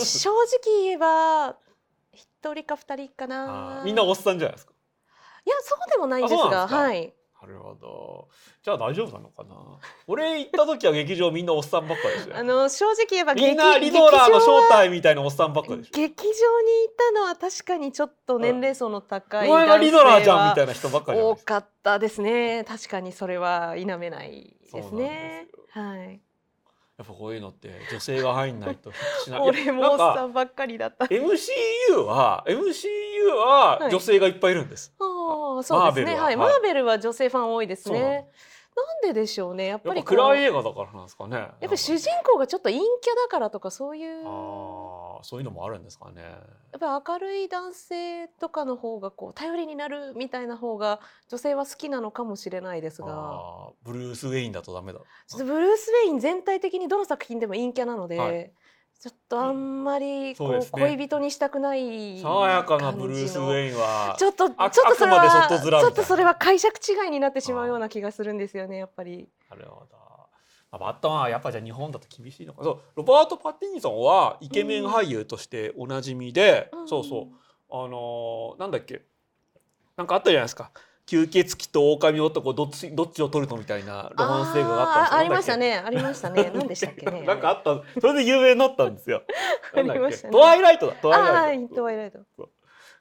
正直言えば一人か二人かな。 みんなおっさんじゃないですか。 いやそうでもないんですが、はい。 なるほど。じゃあ大丈夫なのかな。俺行った時は劇場みんなおっさんばっかりですよ。 あの正直言えばみんなリドラーの正体みたいなおっさんばっかりでしょ。 劇場に行ったのは確かにちょっと年齢層の高い男性は、 お前がリドラーじゃんみたいな人ばっかり多かったですね。確かにそれは否めないですね。はい。 やっぱこういうのって女性が入んないとヒットしない。 俺もおっさんばっかりだった。 エムシーユー は エムシーユー は女性がいっぱいいるんです。 はい、あ、そうですね。はい、マーベルは女性ファン多いですね。なんででしょうね。やっぱり暗い映画だからなんですかね。やっぱり主人公がちょっと陰キャだからとかそういう。 ああ、そういうのもあるんですかね。 やっぱり明るい男性とかの方がこう頼りになるみたいな方が女性は好きなのかもしれないですが。 あ、ブルース・ウェインだとダメだ。 ちょっとブルース・ウェイン全体的にどの作品でも陰キャなので。はい、ちょっとあんまりこう、ね、恋人にしたくない爽やかなブルース・ウェインはちょっとちょっとそれはちょっとそれは解釈違いになってしまうような気がするんですよね、やっぱり。 なるほど。バットマンはやっぱじゃあ日本だと厳しいのか。そう、ロバート・パティンソンはイケメン俳優としておなじみで、うん、そうそう、あのー、なんだっけ、なんかあったじゃないですか。吸血鬼と狼男どっちどっちを取るのみたいなロマンス映画があったんですよ。 ありましたね、ありましたね。何でしたっけね。 なんかあった、それで有名になったんですよ。 ありましたね。 トワイライトだ、トワイライト。トワイライト。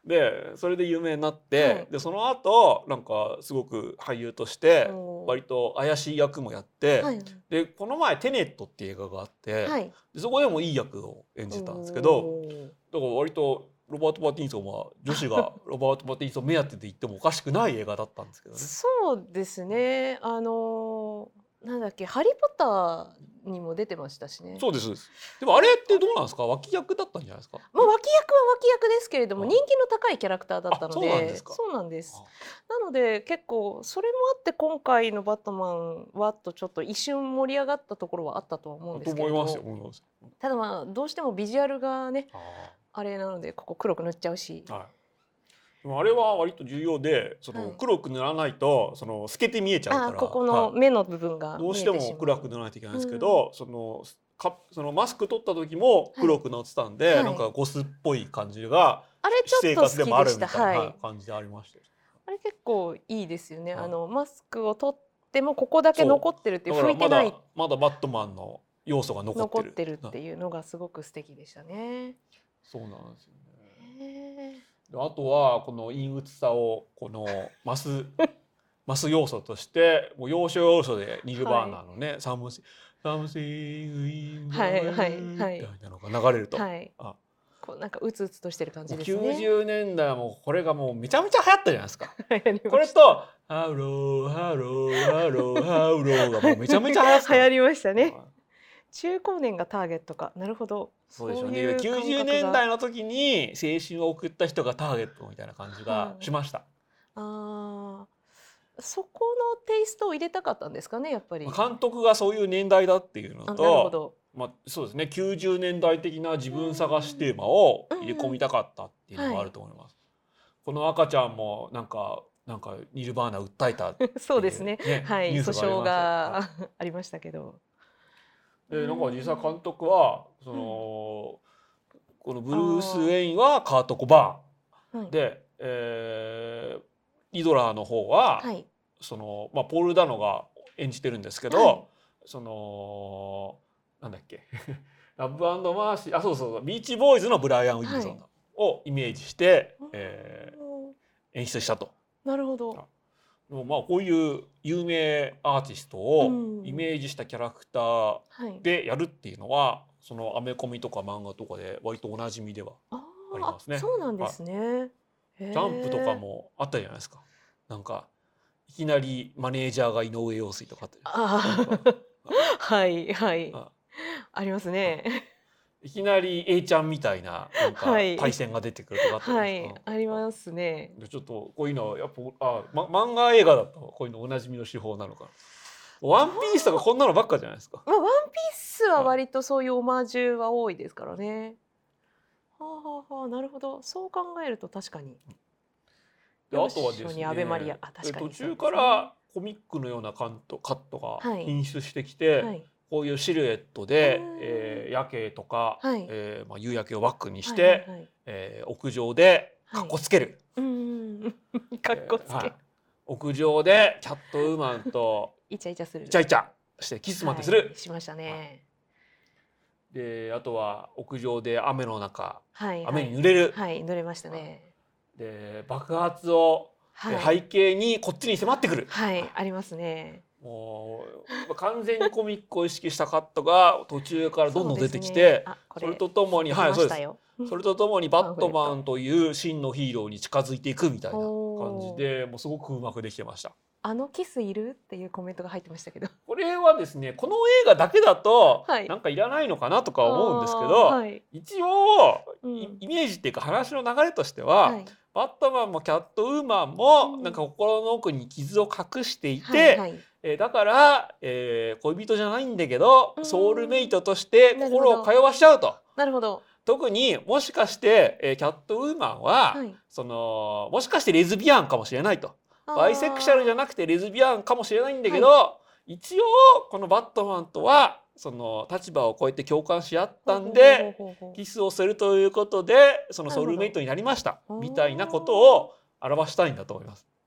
でそれで有名になって、はい、でその後なんかすごく俳優として割と怪しい役もやって、はい、でこの前「テネット」っていう映画があって、はい、でそこでもいい役を演じたんですけど、だから割とロバート・パティンソンは女子がロバート・パティンソン目当てで言ってもおかしくない映画だったんですけどね。 そうですね。あのなんだっけ、ハリー・ポッターにも出てましたしね。 そうです。でもあれってどうなんですか、脇役だったんじゃないですか。 まあ脇役は脇役ですけれども、人気の高いキャラクターだったので。そうなんですか。そうなんです。なので結構それもあって今回のバットマンはとちょっと一瞬盛り上がったところはあったとは思うんですけど。 と思いますよ、思います。 ただまあどうしてもビジュアルがね、あれなのでここ黒く塗っちゃうし。はい、 でもあれは割と重要で、その黒く塗らないとその透けて見えちゃうから、 ここの目の部分がどうしても黒く塗らないといけないんですけど、そのかそのマスク取った時も黒くなってたんで、なんかゴスっぽい感じが私生活でもあるみたいな感じでありました。 あれ結構いいですよね。あのマスクを取ってもここだけ残ってるっていう、拭いてない。 まだバットマンの要素が残ってる。 残ってるっていうのがすごく素敵でしたね。 そうなんですよね。あとはこの陰鬱さをこの増す増す要素としてもう要所要所でニルバーナのね「サムシサムシングインバー」みたいなのが流れると、 あこうなんかうつうつとしてる感じですね。 きゅうじゅうねんだいもこれがもうめちゃめちゃ流行ったじゃないですか。これと「ハローハローハローハロー」がもうめちゃめちゃ流行った。 流行りましたね。中高年がターゲットか。なるほど。 そうでしょうね。きゅうじゅうねんだいの時に青春を送った人がターゲットみたいな感じがしました。 ああ、そこのテイストを入れたかったんですかね、やっぱり。 監督がそういう年代だっていうのと、なるほど。まあそうですね。きゅうじゅうねんだい的な自分探しテーマを入れ込みたかったっていうのがあると思います。この赤ちゃんもなんかなんかニルバーナ訴えたっていう、ね。 そうですね。はい、訴訟がありましたけど。 でなんか実際監督はその、うん、このブルース・ウェインはカート・コバーン、はい、で、えー、リドラーの方は、はい、そのまあ、ポール・ダノが演じてるんですけど、はい、そのなんだっけラブ&マーシー、あそうそうビーチボーイズのブライアン・ウィルソンをイメージして、はい、えー、演出したと。 なるほど。 まあこういう有名アーティストをイメージしたキャラクターでやるっていうのは、そのアメコミとか漫画とかで割とおなじみではありますね。 そうなんですね。 ジャンプとかもあったじゃないですか。なんかいきなりマネージャーが井上陽水とかって。 はいはいあ。ありますね。 いきなり A ちゃんみたいななんか対戦が出てくるとかあったじゃないですか。 はい、ありますね。 ちょっとこういうのはやっぱあ、ま、漫画映画だとこういうのおなじみの手法なのかな。ワンピースとかこんなのばっかじゃないですか。 まあワンピースは割とそういうオマージュは多いですからね。はあはあはあ、なるほど。そう考えると確かに。 であとはですね、 アベマリア、あ確かに途中からコミックのようなカットカットが品質してきて。はいはい、こういうシルエットで、えー、夜景とか、はい、えーまあ、夕焼けをバックにして、はいはいはい、えー、屋上でかっこつける。 はい、うんかっこつけ、えーはい、 屋上でキャットウーマンとイチャイチャする。 イチャイチャしてキスまでする。 はい、しましたね。 であとは屋上で雨の中、はいはい、雨に濡れる。 はい、濡れましたね。 で爆発を、はい、背景にこっちに迫ってくる。 はい、ありますね。 もう完全にコミックを意識したカットが途中からどんどん出てきて、それとともに、はい、そうです。それとともにバットマンという真のヒーローに近づいていくみたいな感じで、もうすごくうまくできてました。 あのキスいるっていうコメントが入ってましたけど、 これはですね、この映画だけだとなんかいらないのかなとか思うんですけど、はい、一応、うん、イメージっていうか話の流れとしては、はい、バットマンもキャットウーマンもなんか心の奥に傷を隠していて、はいはい、えー、だから、えー、恋人じゃないんだけどソウルメイトとして心を通わしちゃうと。 なるほど。 特にもしかして、えー、キャットウーマンは、はい、そのもしかしてレズビアンかもしれないと。バイセクシャルじゃなくてレズビアンかもしれないんだけど、はい、一応このバットマンとはその立場を超えて共感し合ったんでキスをするということでそのソウルメイトになりましたみたいなことを表したいんだと思います。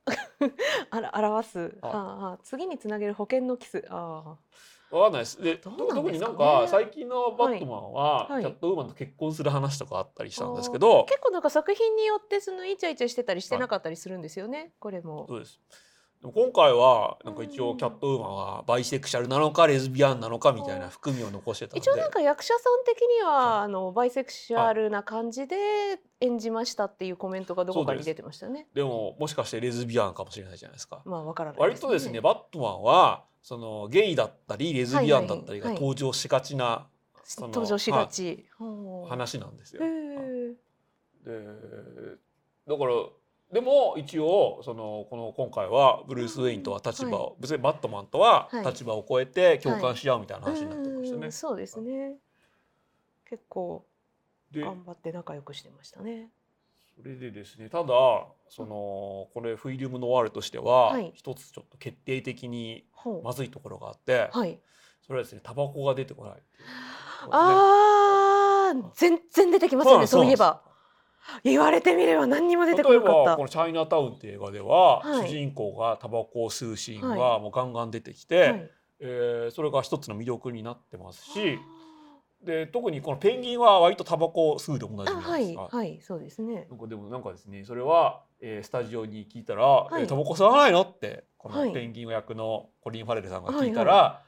あら表す、はあはあ、次につなげる保険のキス。ああ、わかんないです。で、特になんか最近のバットマンはキャットウーマンと結婚する話とかあったりしたんですけど、 結構なんか作品によってそのイチャイチャしてたりしてなかったりするんですよね。これも。 そうです。今回はなんか一応キャットウーマンはバイセクシャルなのかレズビアンなのかみたいな含みを残してたので、 一応なんか役者さん的にはあのバイセクシャルな感じで演じましたっていうコメントがどこかに出てましたね。 でももしかしてレズビアンかもしれないじゃないですか。 まあわからない割とですね、バットマンはそのゲイだったりレズビアンだったりが登場しがちな登場しがち話なんですよ。でだからでも一応そのこの今回はブルース・ウェインとは立場を、はい、別にバットマンとは立場を超えて共感し合うみたいな話になってましたね。はいはい、 そうですね。結構頑張って仲良くしてましたね。 それでですね、ただそのこれフィルムノワールとしては一つちょっと決定的にまずいところがあって、はい、それはですねタバコが出てこないっていう、ね。 ああ、全然出てきますよね。そういえば。言われてみれば何にも出てこなかった。 例えばこの「チャイナタウン」っていう映画では、はい、主人公がタバコを吸うシーンがもうガンガン出てきて、はい、えー、それが一つの魅力になってますし、で特にこのペンギンは割とタバコを吸うで同じなんですが、 はい、はい、そうですね。 なんかでもなんかですね、それは、えー、スタジオに聞いたら「はい、えー、タバコ吸わないの?」ってこのペンギン役のコリン・ファレルさんが聞いたら、はいはい、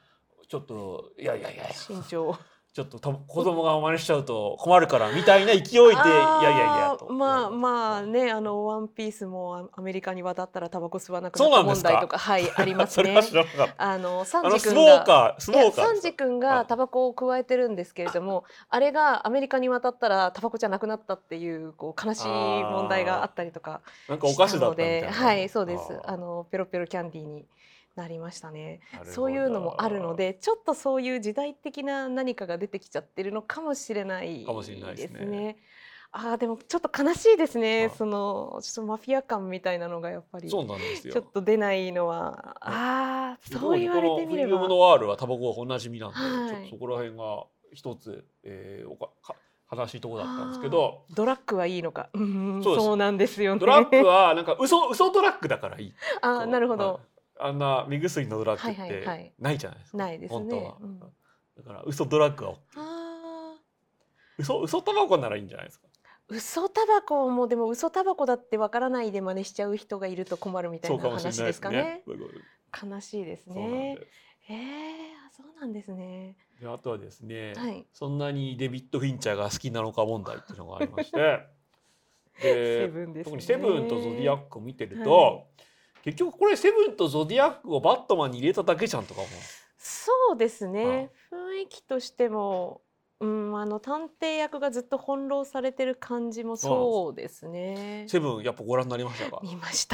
ちょっと「いやいやいや慎重」 ちょっと子供が真似しちゃうと困るからみたいな勢いでいやいやいやと。 まあまあね、あのワンピースもアメリカに渡ったらタバコ吸わなくなった問題とか、はい、ありますね。あのサンジ君がサンジ君がタバコを加えてるんですけれども、あれがアメリカに渡ったらタバコじゃなくなったっていうこう悲しい問題があったりとかしたので、はい、そうです。あのペロペロキャンディーになりましたね。そういうのもあるので、ちょっとそういう時代的な何かが出てきちゃってるのかもしれないですね。ああ、でもちょっと悲しいですね。そのちょっとマフィア感みたいなのがやっぱりちょっと出ないのは、ああ、そう言われてみれば。 フィルムノワールはタバコがおなじみなんで、はい、ちょっとそこら辺が一つ、えー、おかか悲しいところだったんですけど、 ドラッグはいいのか。うん、そうなんですよね。 ドラッグはなんか嘘嘘ドラッグだからいい。 ああ、なるほど。 あんな目薬のドラッグってないじゃないですか。 ないですね。 本当は。うん、だから嘘ドラッグは OK。嘘嘘タバコならいいんじゃないですか。 嘘タバコもでも嘘タバコだってわからないで真似しちゃう人がいると困るみたいな話ですかね。悲しいですね。ええ、そうなんですね。 であとはですね、はい、そんなにデビッド・フィンチャーが好きなのか問題っていうのがありまして、で特にセブンとゾディアックを見てると。はい、結局これセブンとゾディアックをバットマンに入れただけじゃんとか思う。 そうですね。雰囲気としても、うん、あの探偵役がずっと翻弄されてる感じもそうですね。 セブンやっぱご覧になりましたか？ 見ました。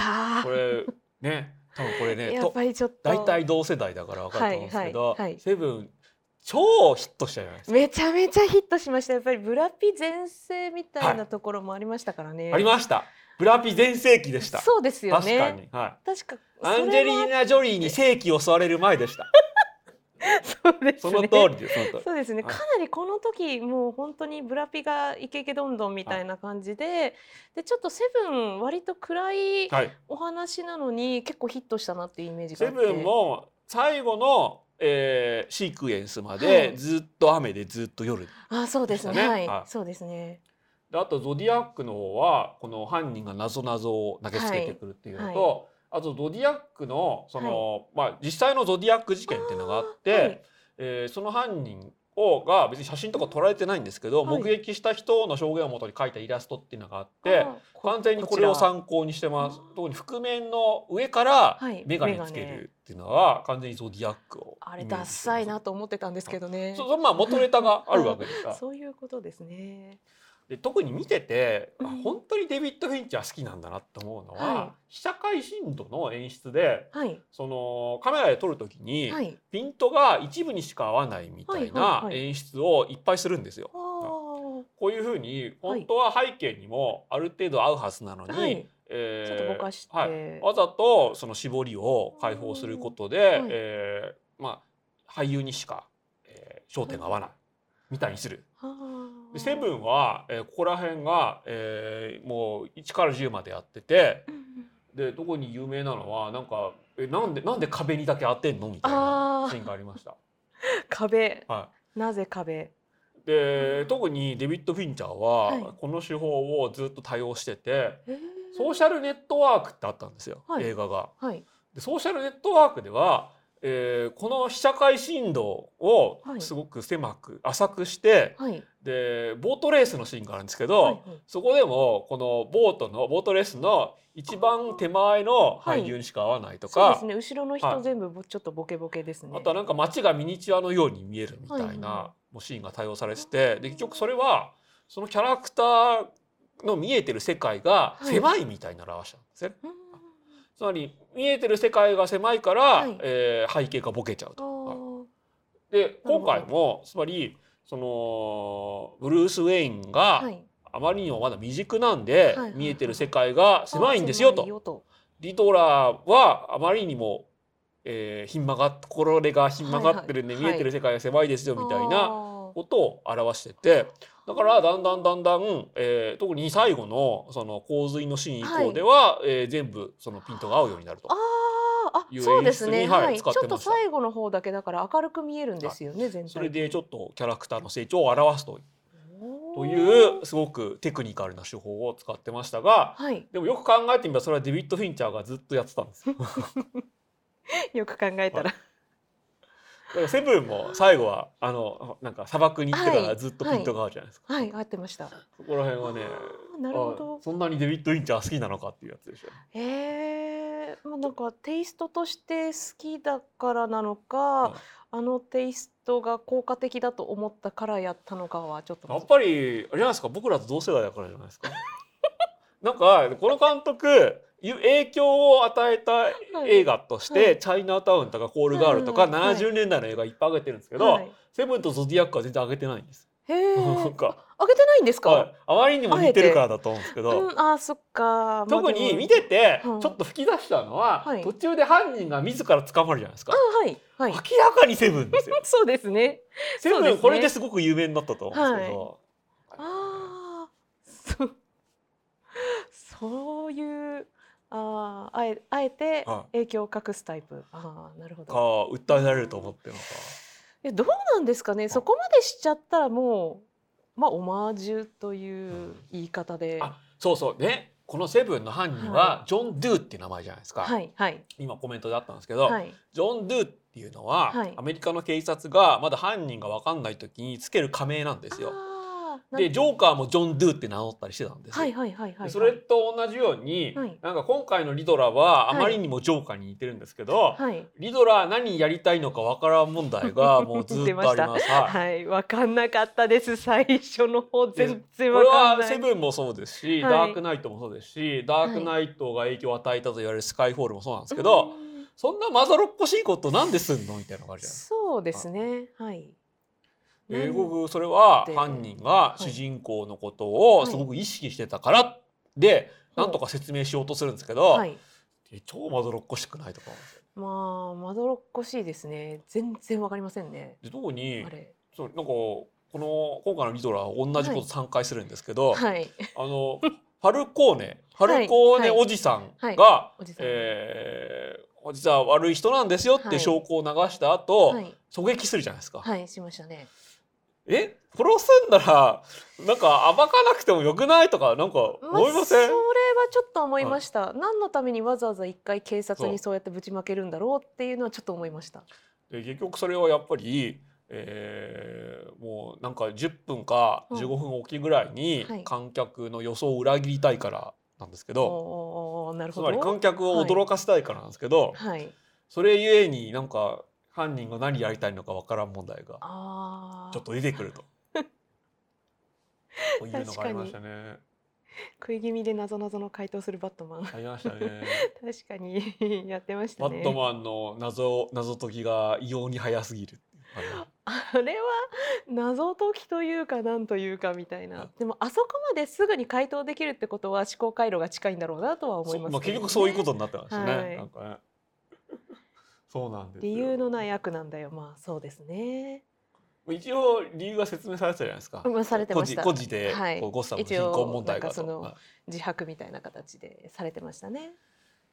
これね、多分これね、 やっぱりちょっと大体同世代だから分かると思うんですけど、はいはいはい、セブン超ヒットしたじゃないですか。 めちゃめちゃヒットしました。やっぱりブラピ全盛みたいなところもありましたからね。 はい、ありました。ブラピ全盛期でした。 そうですよね。 確かに。はい。 確かアンジェリーナ・ジョリーに世紀を吸われる前でした。 そうですね。 その通りです。 そうですね。かなりこの時もう本当にブラピがイケイケどんどんみたいな感じで、はい、でちょっとセブン割と暗いお話なのに結構ヒットしたなっていうイメージがあって。 セブンも最後のえー、シークエンスまでずっと雨でずっと夜、ね、 はい、あ、そうですね。はい、はい、そうですね。 であとゾディアックの方はこの犯人が謎々を投げつけてくるっていうのと、はいはい、あとゾディアックのその、はい、まあ実際のゾディアック事件っていうのがあって、はい、えー、その犯人をが別に写真とか撮られてないんですけど、はい、目撃した人の証言をもとに描いたイラストっていうのがあって、完全にこれを参考にしてます。特に覆面の上から眼鏡つけるっていうのは完全にゾディアックをあれダッサいなと思ってたんですけどね。 そう、まあ元ネタがあるわけですから。 そういうことですね。 で特に見てて、うん、本当にデビッド・フィンチャー好きなんだなって思うのは、はい、被写界深度の演出で、はい、そのカメラで撮る時に、はい、ピントが一部にしか合わないみたいな演出をいっぱいするんですよ。こういうふうに本当は背景にもある程度合うはずなのに、はい、 えー、ちょっとぼかして、 はい、わざとその絞りを解放することで、はい、えー、まあ、俳優にしか、えー、焦点が合わないみたいにする。でセブンは、えー、ここら辺が、えー、もういちからじゅうまでやってて、 で特に有名なのはなんかえなんでなんで壁にだけ当てんのみたいなシーンがありました。 壁、 はい、なぜ壁で特にデビッド・フィンチャーはこの手法をずっと多用してて、はい、ソーシャルネットワークってあったんですよ、はい、映画が。はい、でソーシャルネットワークでは、えー、この被写界深度をすごく狭く、はい、浅くして、はい、でボートレースのシーンがあるんですけど、はいはい、そこでもこのボートのボートレースの一番手前の俳優にしか合わないとか、 はい、そうですね、後ろの人全部ちょっとボケボケですね。 あとはなんか街がミニチュアのように見えるみたいな、はいはい、もうシーンが多用されてて、で結局それはそのキャラクターの見えてる世界が狭いみたいな表したんですね。はい、つまり見えてる世界が狭いから、はい、えー、背景がボケちゃうと。で今回もつまりそのブルース・ウェインが、はい、あまりにもまだ未熟なんで、はいはいはい、見えてる世界が狭いんですよと。リドラーはあまりにも、えー、ひん曲がっこれがひん曲がってるんで、はいはい、見えてる世界が狭いですよみたいなことを表してて、だからだんだんだんだん、えー、特に最後のその洪水のシーン以降では、はい、えー、全部そのピントが合うようになると。 ああ、そうですね。はい、ちょっと最後の方だけだから明るく見えるんですよね、全体。 それでちょっとキャラクターの成長を表すとというすごくテクニカルな手法を使ってましたが、はい、でもよく考えてみればそれはデビッド・フィンチャーがずっとやってたんですよ。 よく考えたら。 だからセブンも最後はあのなんか砂漠に行ってからずっとピントが合うじゃないですか。 はい、はいはい、合ってました。 そこら辺はね、 なるほど。 そんなにデビッド・フィンチャー好きなのかっていうやつでしょ。 へえ、まあなんかテイストとして好きだからなのか、はい、あのテイストが効果的だと思ったからやったのかはちょっと。 やっぱりあれじゃないですか、僕らと同世代だからじゃないですか。なんかこの監督影響を与えた映画として、はい、チャイナタウンとかコールガールとか、はい、ななじゅうねんだいの映画いっぱい上げてるんですけど、はい、セブンとゾディアックは全然上げてないんです。 へえ。なんか上げてないんですか？ はい、あまりにも似てるからだと思うんですけど、 うん、あ、そっか。 特に見ててちょっと吹き出したのは、うん、途中で犯人が自ら捕まるじゃないですか。 はいはい、 明らかにセブンですよ。 そうですね。 セブン、ね、これですごく有名になったと思うんですけど。はい、 ああ、そそういうああえあえて影響を隠すタイプ。はい、ああ、なるほど。 か訴えられると思ってるのか。 え、どうなんですかね。そこまでしちゃったらもうまあオマージュという言い方で。 うん、あ、そうそうね。このセブンの犯人はジョン・ドゥっていう名前じゃないですか。はいはい、今コメントであったんですけど、はい、ジョン・ドゥっていうのは、はい、アメリカの警察がまだ犯人が分かんない時につける仮名なんですよ。でジョーカーもジョン・ドゥって名乗ったりしてたんですよ。それと同じように、はい、なんか今回のリドラーはあまりにもジョーカーに似てるんですけど、はい、リドラー何やりたいのかわからん問題がもうずっとあります。 はい、分かんなかったです。最初の方全然分かんない。 これはセブンもそうですし、はい、ダークナイトもそうですし、ダークナイトが影響を与えたと言われるスカイフォールもそうなんですけど、はい、そんなまどろっこしいことなんですんのみたいなのがあるじゃないですか。 そうですね。はい。 英語それは犯人が主人公のことをすごく意識してたからでなんとか説明しようとするんですけど、はい、超まどろっこしくないとか。 まあまどろっこしいですね。全然わかりませんね。 で特にそうなんかこの今回のリドラーは同じことさんかいするんですけど、はい、あのファルコーネファルコーネおじさんが実は悪い人なんですよって証拠を流した後、はい、狙撃するじゃないですか。 はい、しましたね。 え、殺すんならなんか暴かなくてもよくないとかなんか思いません？まあ、それはちょっと思いました。はい、何のためにわざわざ一回警察にそうやってぶちまけるんだろうっていうのはちょっと思いました。 で結局それはやっぱり、えー、もうなんかじゅっぷんかじゅうごふんおきぐらいに観客の予想を裏切りたいからなんですけど、 はい、なるほど、つまり観客を驚かせたいからなんですけど、はい、それゆえになんか犯人が何やりたいのかわからん問題がちょっと出てくるとというのがありましたね。 食い気味で謎々の回答するバットマンありましたね。 確かにやってましたね。 バットマンの謎謎解きが異様に早すぎる。 あれは謎解きというかなんというかみたいな。でもあそこまですぐに回答できるってことは思考回路が近いんだろうなとは思いますけどね。 まあ、結局そういうことになってましたね。はい、なんかね。そうなんですよ。 理由のない悪なんだよ。まあそうですね。 一応理由が説明されてたじゃないですか。 まあ、されてました。 個人でこうゴッサムの貧困問題がと、 その自白みたいな形でされてましたね。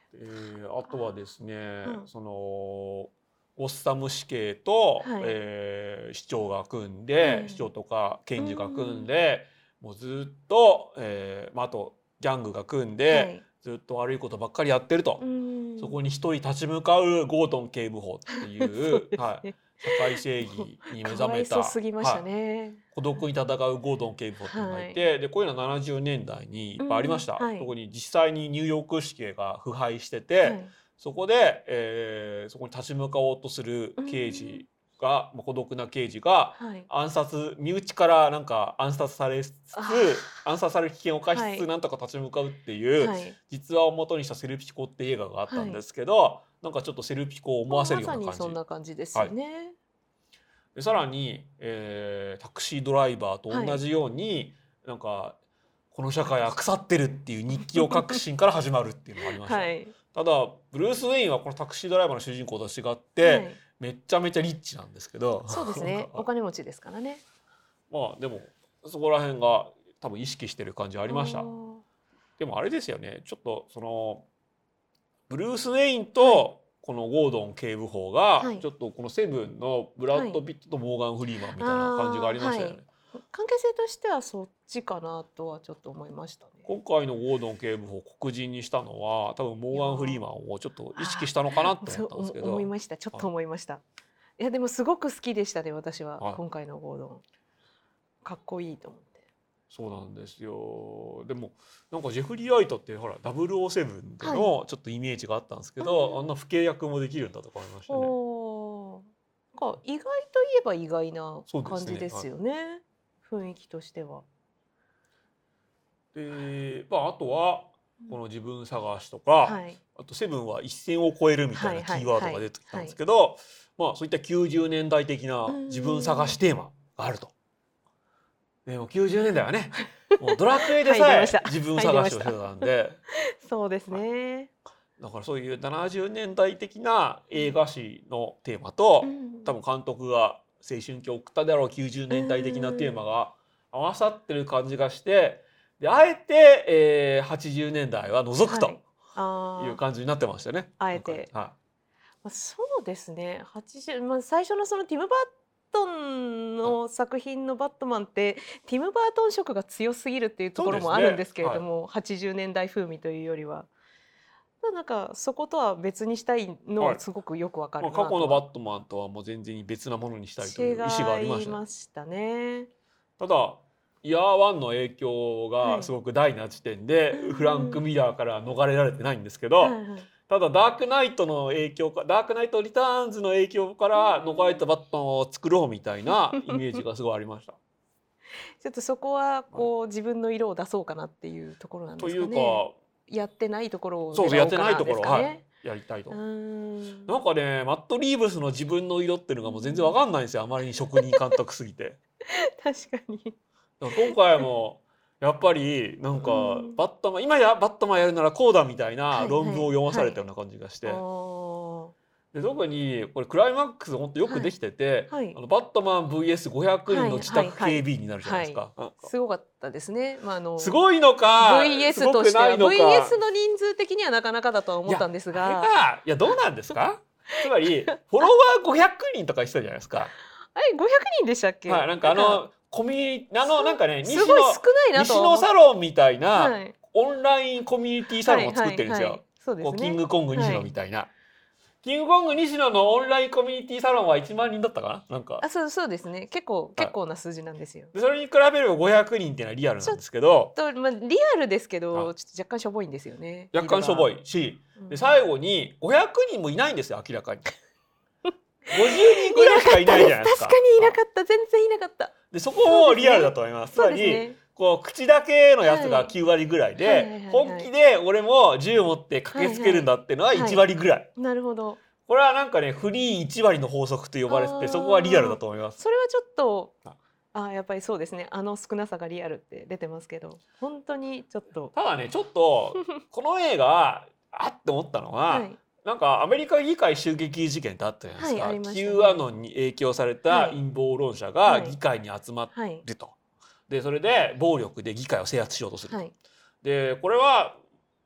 えー、あとはですね、うん、そのゴッサム死刑と、はい、えー、市長が組んで、はい、市長とか検事が組んで、うん、もうずっと、えーまあ、あとギャングが組んで、はい、ずっと悪いことばっかりやってると、うん、そこに一人立ち向かうゴードン警部補っていう、ね、はい、社会正義に目覚めた、 すぎましたね、 はい、孤独に戦うゴードン警部補っていうのがいて、はい、でこういうのはななじゅうねんだいにいっぱいありました、うん、はい、特に実際にニューヨーク市警が腐敗してて、はい、そこで、えー、そこに立ち向かおうとする刑事が、うん、孤独な刑事が暗殺、はい、身内からなんか暗殺されつつ暗殺される危険を冒しつつ、はい、なんとか立ち向かうっていう、はい、実話を元にしたセルピコっていう映画があったんですけど、はい、なんかちょっとセルピコを思わせるような感じ、まさにそんな感じですよね、はい、 でさらに、えー、タクシードライバーと同じように、はい、なんかこの社会は腐ってるっていう日記を書くシーンから始まるっていうのがありました、はい、ただブルース・ウェインはこのタクシードライバーの主人公と違って、はい、めっちゃめちゃリッチなんですけど、 そうですねお金持ちですからね、 まあでもそこら辺が多分意識してる感じありました。でもあれですよね、ちょっとそのブルース・ウェインとこのゴードン警部補がちょっとこのセブンのブラッド・ピットとモーガン・フリーマンみたいな感じがありましたよね、はい、 関係性としてはそっちかなとはちょっと思いましたね。 今回のゴードン警部補を黒人にしたのは多分モーガン・フリーマンをちょっと意識したのかなって思ったんですけど、 思いました、ちょっと思いました。いやでもすごく好きでしたね私は、はい、今回のゴードンかっこいいと思って。 そうなんですよ。でもなんかジェフリー・アイトってほらダブルオーセブンでのちょっとイメージがあったんですけど、はい、あんな不敬役もできるんだとか思いましたね。 おなんか意外といえば意外な感じですよね、はい、雰囲気としては。 で、まあ、あとはこの自分探しとか、うんはい、あとセブンは一線を越えるみたいなキーワードが出てきたんですけど、まあそういったきゅうじゅうねんだい的な自分探しテーマがあると。でもきゅうじゅうねんだいはねもうドラクエでさえ自分探しをしてたんでそうですね、 だからそういうななじゅうねんだい的な映画史のテーマと、うん、多分監督が青春期を送ったであろうきゅうじゅうねんだい的なテーマが合わさってる感じがして、であえて、えー、はちじゅうねんだいは除くという感じになってましたね。 あえて、はい、まあ、そうですねはちじゅう、まあ、最初のそのティム・バートンの作品のバットマンってティム・バートン色が強すぎるっていうところもあるんですけれども、ねはい、はちじゅうねんだい風味というよりはなんかそことは別にしたいのはすごくよくわかるなと、 はい、過去のバットマンとはもう全然別なものにしたいという意思がありました、ね、 違いましたね。 ただイヤーワンの影響がすごく大な時点で、はい、フランク・ミラーから逃れられてないんですけど、はいはい、ただダークナイトの影響かダークナイトリターンズの影響から逃れたバットマンを作ろうみたいなイメージがすごいありましたちょっとそこはこう、はい、自分の色を出そうかなっていうところなんですかね。というかやってないところを狙おうかなですかね。そうやってないところを、はい、 やりたいと。んなんかねマット・リーブスの自分の色っていうのがもう全然わかんないんですよ、あまりに職人監督すぎて確かに今回もやっぱりなんかバットマン今やバットマンやるならこうだみたいな論文を読まされたような感じがして、はいはい、で特にこれクライマックス本当よくできてて、はいはい、あのバットマン ブイエスごひゃく 人の自宅警備員になるじゃないですか。はいはいはい、 すごかったですね。まあ、あのすごいのかブイエス としては ブイエス の人数的にはなかなかだとは思ったんですが、 いや、いやどうなんですかつまりフォロワーごひゃくにんとかしてたじゃないですか。 あれごひゃくにんでしたっけ？ はい、なんかあのコミュニあのなんかね西野すごい少ないなと西野サロンみたいな、はい、オンラインコミュニティサロンを作ってるんですよ。はいはいはい、そうですね、こうキングコング西野みたいな、はい、キングコング西野のオンラインコミュニティサロンはいちまんにんだったかな、なんかあそうそうですね、結構結構な数字なんですよ。 でそれに比べればごひゃくにんっていうのはリアルなんですけど、 ちょっと、まあ、リアルですけどちょっと若干しょぼいんですよね。 若干しょぼいし、うん、で最後にごひゃくにんもいないんですよ明らかにごじゅうにんぐらいしかいないじゃないですか。 確かにいなかった、全然いなかった。 でそこもリアルだと思います。つまりこう口だけのやつがきゅうわりぐらいで、本気で俺も銃持って駆けつけるんだっていうのはいちわりぐらい、はいはい、 なるほど。 これはなんかねフリーいちわりの法則と呼ばれてて、そこはリアルだと思います。 それはちょっとあやっぱりそうですね、あの少なさがリアルって出てますけど、本当にちょっとただねちょっとこの映画あって思ったのは、はい、なんかアメリカ議会襲撃事件ってあったじゃないですか、はいね、Q アノンに影響された陰謀論者が議会に集まってると、はい、でそれで暴力で議会を制圧しようとすると、はい、でこれは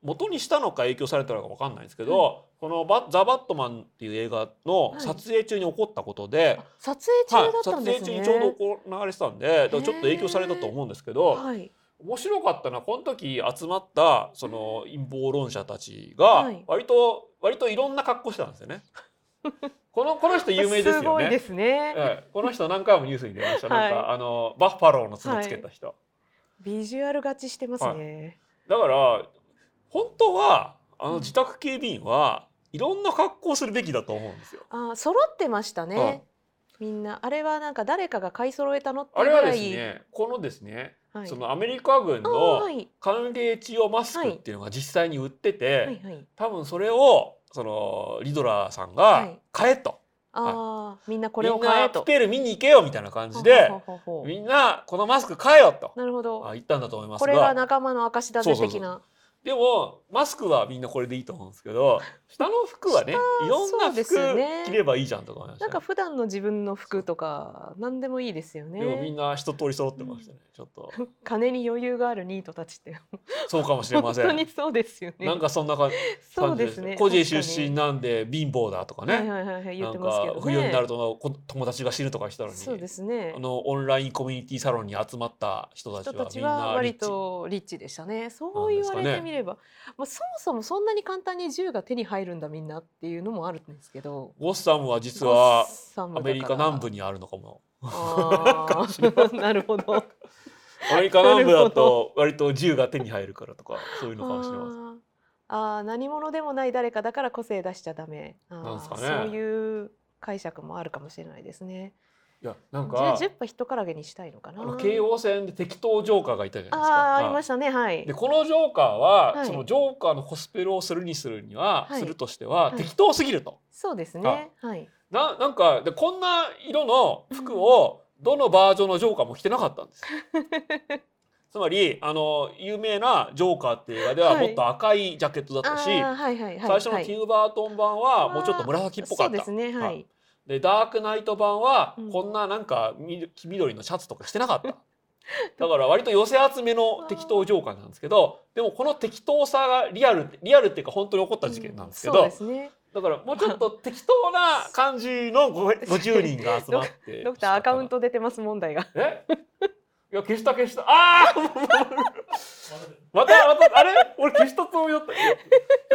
元にしたのか影響されたのか分かんないんですけど、うん、このバ「ザ・バットマン」っていう映画の撮影中に起こったことで、 はい、撮影中だったんですね、 はい、撮影中にちょうどこう流れてたんでちょっと影響されたと思うんですけど、はい、面白かったのはこの時集まったその陰謀論者たちが割と、はい、割といろんな格好してたんですよね。このこの人有名ですよね。 すごいですね、 ええ、この人何回もニュースに出ました。はい、なんかあのバッファローの角つけた人、はい、 ビジュアル勝ちしてますね、 はい、だから本当はあの自宅警備員はいろんな格好するべきだと思うんですよ。 あ、揃ってましたね、うん、みんな。あれはなんか誰かが買い揃えたのってあれはですね、このですね、はい、そのアメリカ軍の寒冷地用マスクっていうのが実際に売ってて、はいはいはい、多分それをそのリドラーさんが買えと、はい、 あ、はい、みんなこれを買えと、 みんなプペル見に行けよみたいな感じでみんなこのマスク買えよと、 なるほど、 言ったんだと思いますが、 これが仲間の証だぜ的な。そうそうそう、 でもマスクはみんなこれでいいと思うんですけど、下の服はねいろんな服着ればいいじゃんとか思いましたね。 なんか普段の自分の服とか何でもいいですよね。 でもみんな一通り揃ってましたね、うん、ちょっと金に余裕があるニートたちってそうかもしれません。 本当にそうですよね。 なんかそんな感じそうですね。 個人出身なんで貧乏だとかね、なんか冬になると友達が死ぬとかしたのに、 そうですね、 あのオンラインコミュニティサロンに集まった人たちはみんな割とリッチでしたね。そう言われてみれば、まあ、そもそもそんなに簡単に銃が手に入るんだみんなっていうのもあるんですけど、 ゴッサムは実はアメリカ南部にあるのかも。 あなるほど。 アメリカ南部だと割と銃が手に入るからとかそういうのかもしれません。 ああ、何者でもない誰かだから個性出しちゃダメ、なんですかね、そういう解釈もあるかもしれないですね。 いや、なんかじゅっぱ人からげにしたいのかな。 京王線で適当ジョーカーがいたじゃないですか。 ああ、ありましたね、はい。 でこのジョーカーは、はい、そのジョーカーのコスプレをするにするには、はい、するとしては、はい、適当すぎると。 そうですね、はい。 な, なんかでこんな色の服をどのバージョンのジョーカーも着てなかったんです。つまりあの有名なジョーカーっていう映画ではもっと赤いジャケットだったし、最初のティム・バートン版はもうちょっと紫っぽかった。そうですね、はい。でダークナイト版はこんななんか黄緑のシャツとかしてなかった。だから割と寄せ集めの適当ジョーカーなんですけど、でもこの適当さがリアルリアルっていうか本当に起こった事件なんですけど、うん、そうですね、だからもうちょっと適当な感じのごじゅうにんが集まってドクターアカウント出てます問題が。 えいや消した消した、ああまたまたあれ俺消したつもりだった。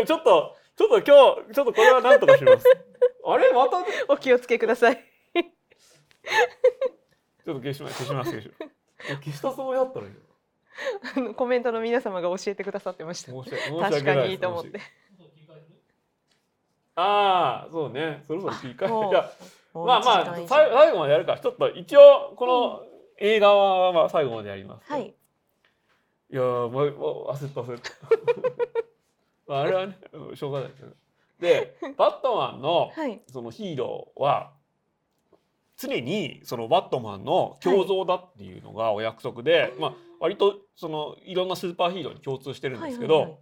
ちょっとちょっと今日ちょっとこれは何とかします。あれまたお気をつけください。ちょっと消します消します消します。消したつもりだったのに。 あのコメントの皆様が教えてくださってました。確かにいいと思って。ああ、そうね。そろそろ切り替え。いや、まあまあ最後までやるから、ちょっと一応この映画はまあ最後までやります。はい。いやもう忘れた忘れた。まああれはねしょうがないですよ。で、バットマンのそのヒーローは。常にそのバットマンの胸像だっていうのがお約束で、はい、まあ割とそのいろんなスーパーヒーローに共通してるんですけど、はいはいはい、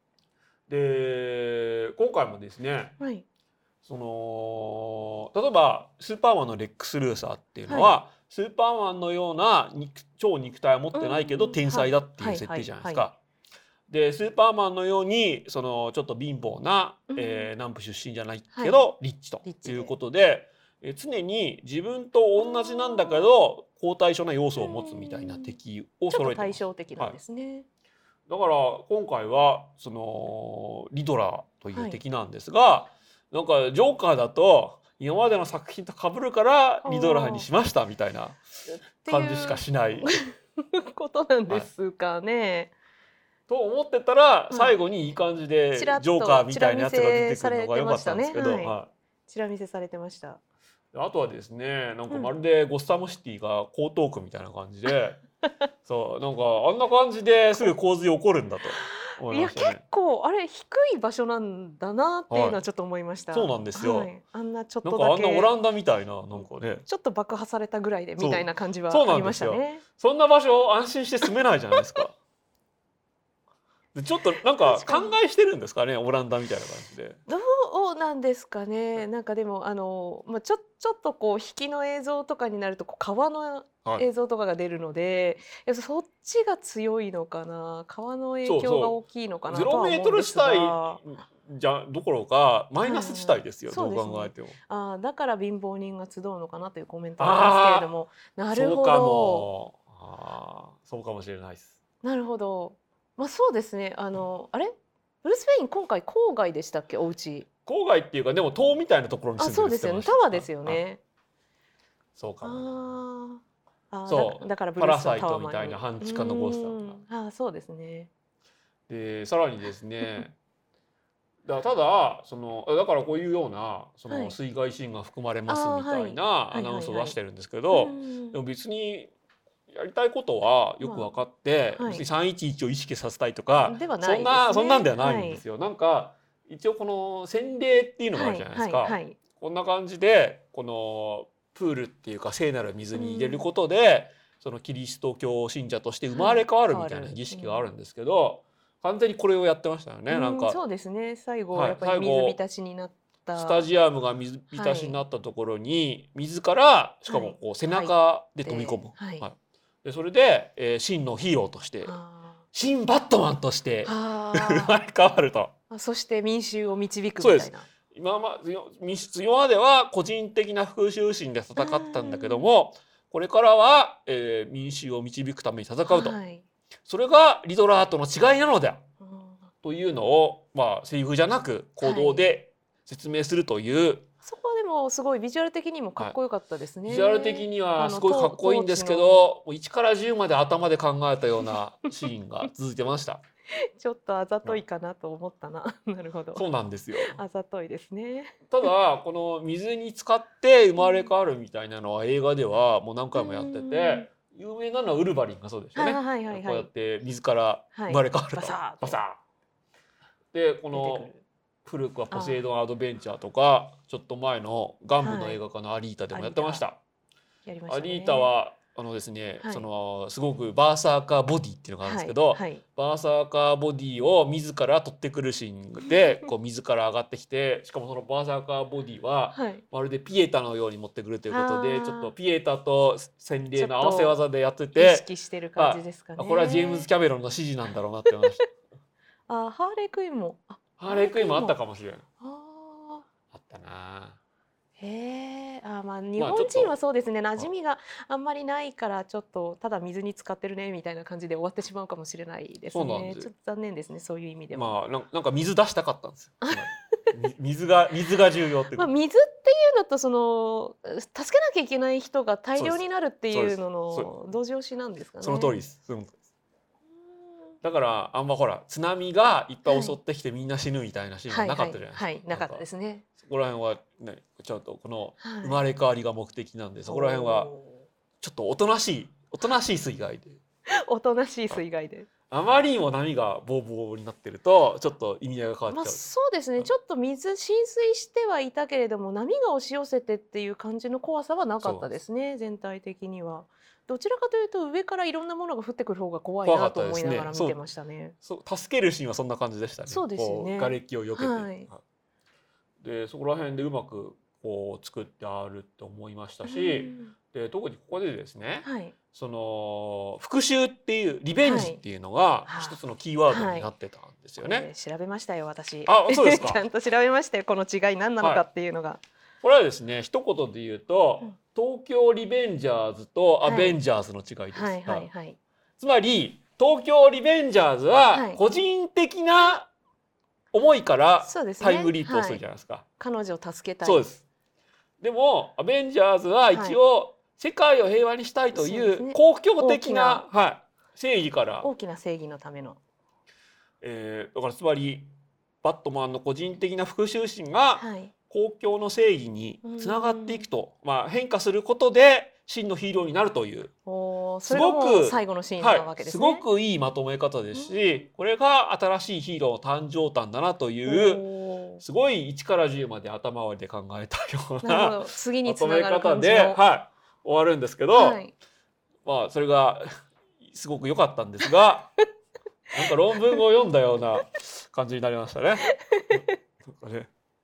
で今回もですね、はい、その例えばスーパーマンのレックス・ルーサーっていうのは、はい、スーパーマンのような肉超肉体を持ってないけど天才だっていう設定じゃないですか。でスーパーマンのようにそのちょっと貧乏な、うんえー、南部出身じゃないけど、はい、リッチということで。常に自分と同じなんだけど好対照な要素を持つみたいな敵を揃えてます。ちょっと対照的なんですね、 はい、だから今回はそのリドラーという敵なんですが、はい、なんかジョーカーだと今までの作品と被るからリドラーにしましたみたいな感じしかしないことなんですかね、 はい、と思ってたら最後にいい感じでジョーカーみたいなやつが出てくるのが良かったんですけど、 ちら見せされてました。 あとはですね、なんかまるでゴッサムシティが江東区みたいな感じで、うん、そうなんかあんな感じですぐ洪水起こるんだと思いましたね。 いや結構あれ低い場所なんだなっていうのはちょっと思いました。 はい、そうなんですよ。はい、 あんなちょっとだけなんかあんなオランダみたいななんかね、 ちょっと爆破されたぐらいでみたいな感じはありましたね。 そんな場所安心して住めないじゃないですか。ちょっとなんか考えしてるんですかね、オランダみたいな感じで。 どうなんですかね。なんかでもあの、まあ、ちょちょっとこう引きの映像とかになるとこう川の映像とかが出るので、はい、そっちが強いのかな、川の影響が大きいのかなとは思うんですが。 ゼロメートル地帯じゃどころかマイナス地帯ですよ、はい、どう考えても。 あ、だから貧乏人が集うのかなというコメントありますけれども、なるほど。そうかも。 あ、そうかもしれないです。 なるほど。まあそうですね。あのあれブルース・ウェイン今回郊外でしたっけ、お家。 郊外っていうかでも塔みたいなところに住んでるって言ってました。 あ、そうですよね。タワーですよね。 そうかも。 ああ、 そうだからブルースタワーみたいな半地下のゴースターが。あ、そうですね。 でさらにですね。だただそのだからこういうようなその水害シーンが含まれますみたいなアナウンスを出してるんですけど、でも別にやりたいことはよく分かって、別にさんいちいちを意識させたいとかそんなそんなんではないんですよ。なんか一応この洗礼っていうのがあるじゃないですか。こんな感じでこのプールっていうか聖なる水に入れることでそのキリスト教信者として生まれ変わるみたいな儀式があるんですけど、完全にこれをやってましたよね。なんかそうですね。最後やっぱり水浸しになった、 スタジアムが水浸しになったところに自らしかもこう背中で飛び込む。はいはい、でそれで、えー、真のヒーローとして真バットマンとして生まれ変わると。 そして民衆を導くみたいな。そうです。 今ま今までは個人的な復讐心で戦ったんだけども、これからは、えー、民衆を導くために戦うと、はい、それがリドラーとの違いなのだ、うん、というのを、まあ、セリフじゃなく行動で説明するという、はい、 そこはでもすごいビジュアル的にもかっこよかったですね。 はい、ビジュアル的にはすごいかっこいいんですけど、いちからじゅうまで頭で考えたようなシーンが続いてました。 ちょっとあざといかなと思ったな。なるほど。 そうなんですよ。 あざといですね。 ただこの水に浸かって生まれ変わるみたいなのは映画ではもう何回もやってて、有名なのはウルヴァリンがそうでしたね。こうやって水から生まれ変わると、はい、バサー。でこの古くはポセイドンアドベンチャーとかちょっと前のガンムの映画化のアリータでもやってました。はい、やりましたね。アリータはあのですね、はい、そのすごくバーサーカーボディっていうのがあるんですけど、はいはい、バーサーカーボディを自ら取ってくるシーンでこう自ら上がってきて、しかもそのバーサーカーボディはまるでピエタのように持ってくるということで、はい、ちょっとピエタと洗礼の合わせ技でやってて意識してる感じですかね。 これはジェームズ・キャメロンの指示なんだろうなって思いました。 あ、ハーレークイーンもハーレークイーンもあったかもしれない。ああったな。 へえ、あ、まあ日本人はそうですね、馴染みがあんまりないからちょっとただ水に浸かってるねみたいな感じで終わってしまうかもしれないですね。ちょっと残念ですね、そういう意味では。 まあなんか水出したかったんですよ。水が水が重要っていう。 まあ水っていうのとその助けなきゃいけない人が大量になるっていうのの同時押しなんですかね。 その通りです。だからあんまほら津波がいっぱい襲ってきてみんな死ぬみたいなシーンがなかったじゃないですか。 はい、なかったですね。 そこら辺はね、ちょっとこの生まれ変わりが目的なんで、そこら辺はちょっとおとなしいおとなしい水害で。 おとなしい水害で。 あまりにも波がボーボーになってるとちょっと意味合いが変わっちゃう。まあ、 そうですね。ちょっと水浸水してはいたけれども波が押し寄せてっていう感じの怖さはなかったですね。全体的には。どちらかというと上からいろんなものが降ってくる方が怖いなと思いながら見てましたね。 そう、助けるシーンはそんな感じでしたね。 そうですよね。 瓦礫を避けて、はい、でそこら辺でうまくこう作ってあると思いましたし、で特にここでですね、はい、その復讐っていうリベンジっていうのが一つのキーワードになってたんですよね。はいはい、 調べましたよ私。 あ、そうですか。 ちゃんと調べましたよ、この違い何なのかっていうのが。はい、 これはですね、一言で言うと、うん、東京リベンジャーズとアベンジャーズの違いです。つまり東京リベンジャーズは個人的な思いからタイムリープをするじゃないですか。はい、 彼女を助けたい。 そうです。でもアベンジャーズは一応世界を平和にしたいという公共的な、はい、正義から大きな正義のための、 えー、だからつまりバットマンの個人的な復讐心が、はい、公共の正義につながっていくと、まあ、変化することで真のヒーローになるというすごく最後のシーンなわけですね。 はい、すごくいいまとめ方ですし、これが新しいヒーローの誕生誕だなというすごいいちからじゅうまで頭割りで考えたような次にまとめ方で、はい、終わるんですけど、はい、まあそれがすごく良かったんですがなんか論文を読んだような感じになりましたね。なんかね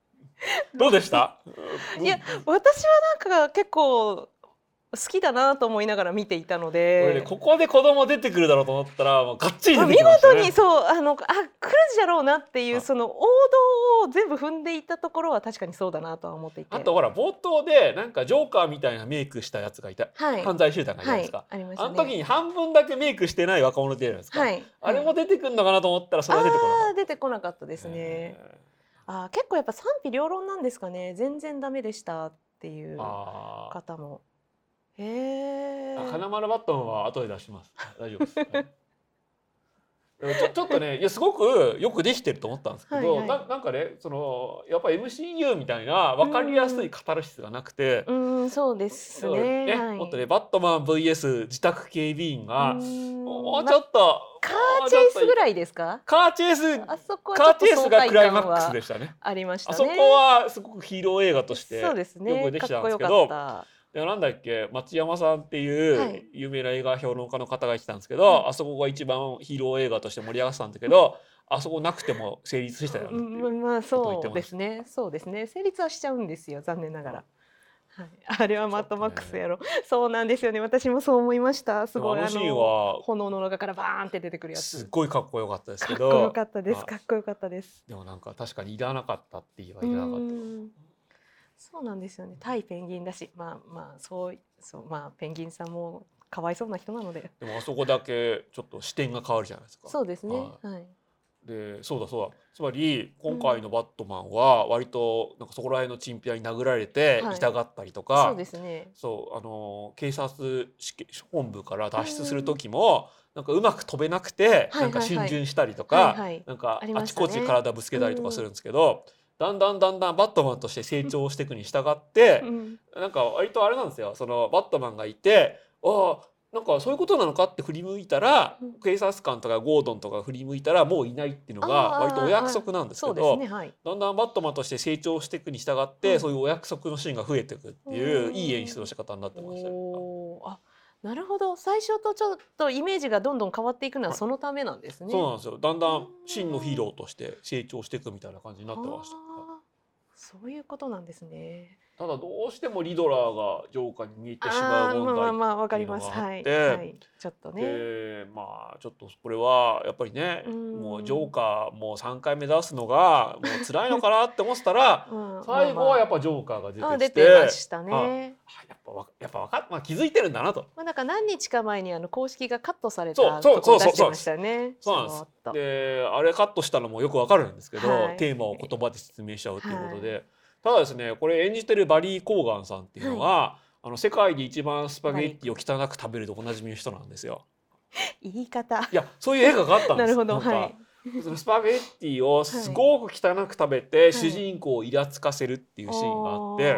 どうでした？ いや、私はなんか結構好きだなと思いながら見ていたので、 ね、ここで子供出てくるだろうと思ったらもうがっちり出てきましたね。 見事にそうあのあ来るじゃろうなっていうその王道を全部踏んでいったところは確かにそうだなとは思っていて、 あとほら冒頭でなんかジョーカーみたいなメイクしたやつがいた、はい、犯罪集団がいたんですか、はい、ありましたね。あの時に半分だけメイクしてない若者っているんですか、はい、あれも出てくるのかなと思ったらそれは出てこなかった。 あ出てこなかったですね。あ結構やっぱ賛否両論なんですかね。全然ダメでしたっていう方も。へえ。 金丸バットマンは後で出します。大丈夫です。はいちょ, ちょっとねいやすごくよくできてると思ったんですけど、はいはい、な, なんかねそのやっぱ エムシーユー みたいな分かりやすいカタルシスがなくて、 うん、うんそうですね。 ねはい、もっとねバットマン ブイエス 自宅警備員がもうちょっと、ま、 カーチェイスぐらいですか？ カーチェイスあそこはカーチェイスがクライマックスでしたね。 ありましたね。 あそこはすごくヒーロー映画としてよくできたんですけど。いやなんだっけ松山さんっていう有名な映画評論家の方が言ってたんですけど、はい、あそこが一番ヒーロー映画として盛り上がってたんだけど、あそこなくても成立したよねっていう。 まあそうですね、そうですね、成立はしちゃうんですよ残念ながら。はい、あれはマッドマックスやろ。そうなんですよね。私もそう思いました。すごいあのシーンは炎の中からバーンって出てくるやつ。 すっごいかっこよかったですけど。 かっこよかったです。かっこよかったです。 でもなんか確かにいらなかったって言えばいらなかった。 そうなんですよね。対ペンギンだし、まあまあそうそうまあペンギンさんもかわいそうな人なので。 でもあそこだけちょっと視点が変わるじゃないですか。 そうですね。はい。はい、 でそうだそうだ。つまり今回のバットマンは割となんかそこら辺のチンピラに殴られて痛がったりとか、はい、そうですね。そうあの警察本部から脱出する時も。なんかうまく飛べなくてなんか逡巡したりとかなんかあちこち体ぶつけたりとかするんですけど、だんだんだんだんバットマンとして成長していくに従って、うん、なんか割とあれなんですよ。そのバットマンがいて、ああなんかそういうことなのかって振り向いたら、うん、警察官とかゴードンとか振り向いたらもういないっていうのが割とお約束なんですけど、ねはい、だんだんバットマンとして成長していくに従って、うん、そういうお約束のシーンが増えていくっていう、いい演出の仕方になってましたよ。 なるほど、最初とちょっとイメージがどんどん変わっていくのはそのためなんですね。 そうなんですよ。だんだん真のヒーローとして成長していくみたいな感じになってました。 そういうことなんですね。 ただどうしてもリドラーがジョーカーに見えてしまう問題っていうのがあって、 ちょっとね。 でまあちょっとこれはやっぱりね、もうジョーカーもうさんかいめ出すのがもう辛いのかなって思ってたら、最後はやっぱジョーカーが出てきて、 出てましたね。 やっぱやっぱわかまあ気づいてるんだなと。 まあなんか何日か前にあの公式がカットされたとこ出してましたね。 そうなんです。であれカットしたのもよくわかるんですけど、テーマを言葉で説明しちゃうっていうことで。ただですねこれ演じてるバリー・コーガンさんっていうのは、はい、あの世界で一番スパゲッティを汚く食べるでおなじみの人なんですよ。 言い方。 いやそういう映画があったんです。 なるほど。はい。 スパゲッティをすごく汚く食べて、はい、主人公をイラつかせるっていうシーンがあって、はい、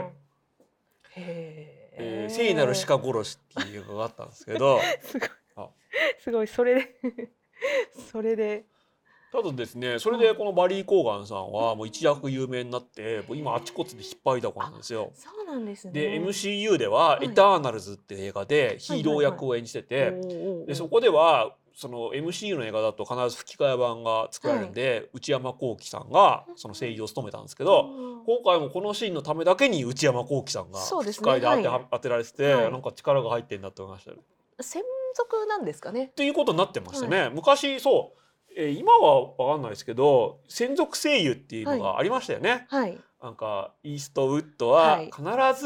えー、聖なる鹿殺しっていう映画があったんですけどすごいすごいそれでそれで。 ただですねそれでこのバリー・コーガンさんはもう一躍有名になって今あちこちで引っ張りだこなんですよ。 そうなんですね。 で エムシーユー では「エターナルズ」っていう映画でヒーロー役を演じてて、でそこではその エムシーユー の映画だと必ず吹き替え版が作られるんで、はい、内山聖輝さんがその声優を務めたんですけど、うん、今回もこのシーンのためだけに内山聖輝さんが吹き替えで当て、ねはい、当てられてて、はい、なんか力が入ってんだって思いましたよ。 専属なんですかね。 っていうことになってましたね。はい、昔そうえ今は分かんないですけど専属声優っていうのがありましたよね。はい、なんかイーストウッドは必ず、はい、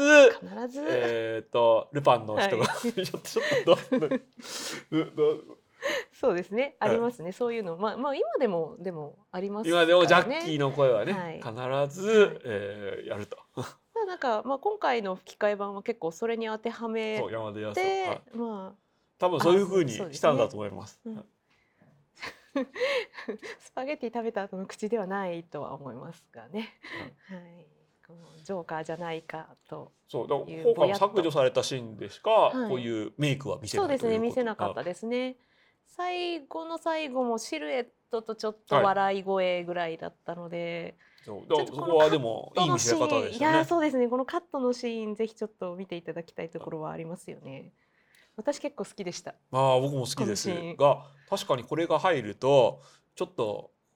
必ずえっとルパンの人が、はい、ちょっとちょっとそうですねありますね、はい、そういうのまあまあ今でもでもありますからね。今でもジャッキーの声はね、はい、必ず、はいえー、やると。 なんかまあ今回の吹き替え版は結構それに当てはめて、山田康夫、はい、まあ多分そういう風にしたんだと思います。 スパゲッティ食べた後の口ではないとは思いますがね、うん、はい、このジョーカーじゃないかとそうだから今回削除されたシーンでしかこういうメイクは見せない、 はい、そうですね見せなかったですね。最後の最後もシルエットとちょっと笑い声ぐらいだったので、 はい、そうそこはでもいい見せ方でしたね。 いやそうですねこのカットのシーンぜひちょっと見ていただきたいところはありますよね。私結構好きでした。 ああ僕も好きですが確かにこれが入るとちょっと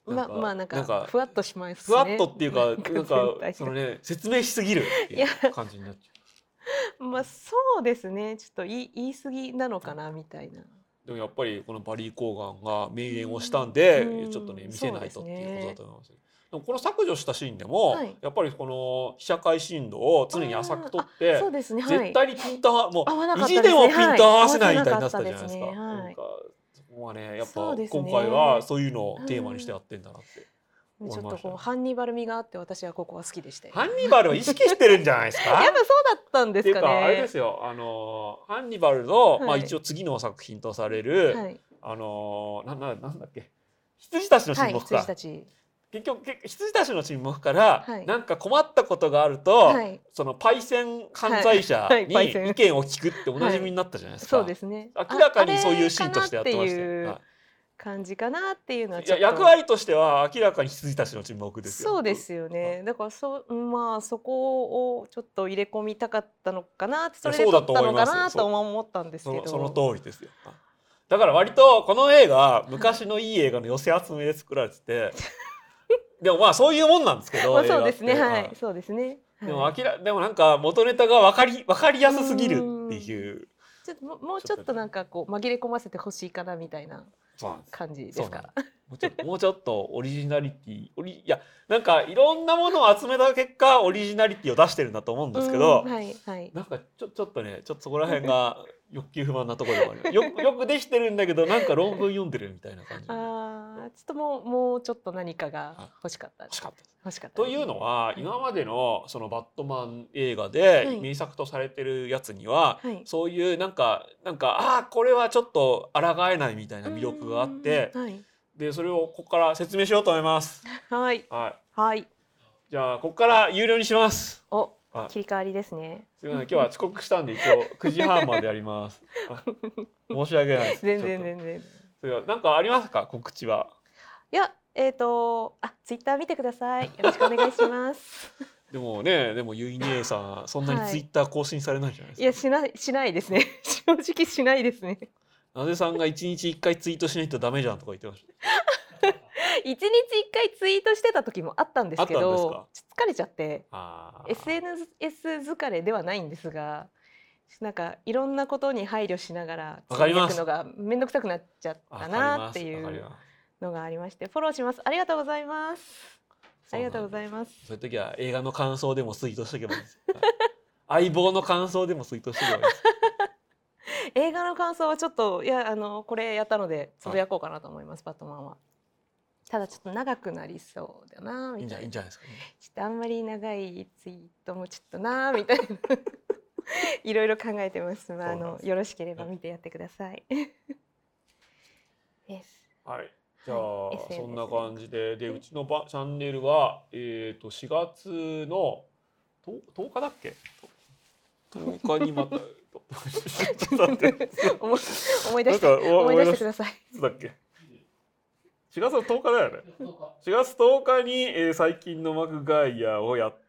ままあなんかふわっとしますね。 ふわっとっていうかなんかそのね説明しすぎるっていう感じになっちゃう。まあそうですね。ちょっと言い言い過ぎなのかなみたいな。 でもやっぱりこのバリー・コーガンが名言をしたんで、うん、ちょっとね見せないとっていうことだと思います。でもこの削除したシーンでも、はい、やっぱりこの被写界深度を常に浅くとって、そうですね、はい、絶対にピントはもう意地でもピント合わせないみたいになってたじゃないですか。なんかそこはねやっぱ今回はそういうのをテーマにしてやってんだなって。 ちょっとこうハンニバル味があって私はここは好きでしたよ。 ハンニバルを意識してるんじゃないですか。 やっぱそうだったんですかね。 っていうかあれですよ。あのハンニバルの、はい、まあ一応次の作品とされる、はい、あのなななんだっけ羊たちの沈黙か。はい、羊たち。結局羊たちの沈黙から、はい、なんか困ったことがあると、はい、そのパイセン犯罪者に意見を聞くっておなじみになったじゃないですか。 はい、そうですね。 明らかにそういうシーンとしてやってましたよ。 感じかなっていうのはちょっといや役割としては明らかに羊たちの沈黙ですよ。 そうですよね。だからそうまあそこをちょっと入れ込みたかったのかなってそれで撮ったのかなと思ったんですけど。 その通りですよ。だから割とこの映画昔のいい映画の寄せ集めで作られててでもまあそういうもんなんですけど。 そうですねはいそうですね。 でも明らでもなんか元ネタが分かり分かりやすすぎるっていう。 ちょっとももうちょっとなんかこう紛れ込ませてほしいかなみたいな。感じですか。 もうちょっともうちょっとオリジナリティオリいやなんかいろんなものを集めた結果オリジナリティを出してるんだと思うんですけど、はいはい、なんかちょちょっとねちょっとそこら辺が欲求不満なところでもある。よくよくできてるんだけどなんか論文読んでるみたいな感じ。 ああちょっともうもうちょっと何かが欲しかった。 欲しかった。欲しかった。というのは今までのそのバットマン映画で名作とされてるやつには、はい、そういうなんかなんかああこれはちょっと抗えないみたいな魅力があって、はい、でそれをここから説明しようと思います。 はいはいはい。 じゃあここから有料にします。 お切り替わりですね。 すみません今日は遅刻したんで一応くじはんまでやります。申し訳ないです。 全然全然。 それはなんかありますか告知は。 いやえっとあツイッター見てください。よろしくお願いします。 でもねでもゆい姉さんそんなにツイッター更新されないじゃないですか。 いやしないしないですね。正直しないですね。 なぜさんが一日一回ツイートしないとダメじゃんとか言ってました。 一日一回ツイートしてた時もあったんですけど疲れちゃって エスエヌエス 疲れではないんですがなんかいろんなことに配慮しながらつぶやくのが面倒くさくなっちゃったなっていうのがありましてフォローします。ありがとうございます。ありがとうございます。 そういう時は映画の感想でもツイートしておけばいいです。相棒の感想でもツイートしておけばいいです。 映画の感想はちょっといやあのこれやったのでつぶやこうかなと思います。バットマンは。ただちょっと長くなりそうだなみたいな。 いいんじゃないですかね。 ちょっとあんまり長いツイートもちょっとなみたいな。いろいろ考えてます。まああのよろしければ見てやってください。です。 はい。じゃあ、はい、そんな感じででうちのバチャンネルはえっとしがつのとおかだっけ？とおかにまた思い出して思い出してください。 いつだっけ？しがつのとおかだよね。しがつとおかに、えー、最近のマクガイアをやって、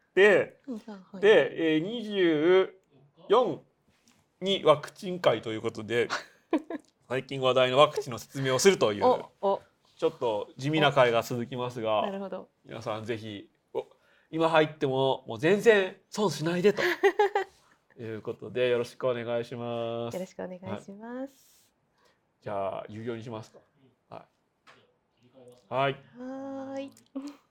はい、で、えー、にじゅうよっかにワクチン会ということで最近話題のワクチンの説明をするというちょっと地味な会が続きますが、 なるほど皆さんぜひ今入ってももう全然損しないでということでよろしくお願いします。 よろしくお願いします。はい、 じゃあ有料にしますか。はい。はい。 はい。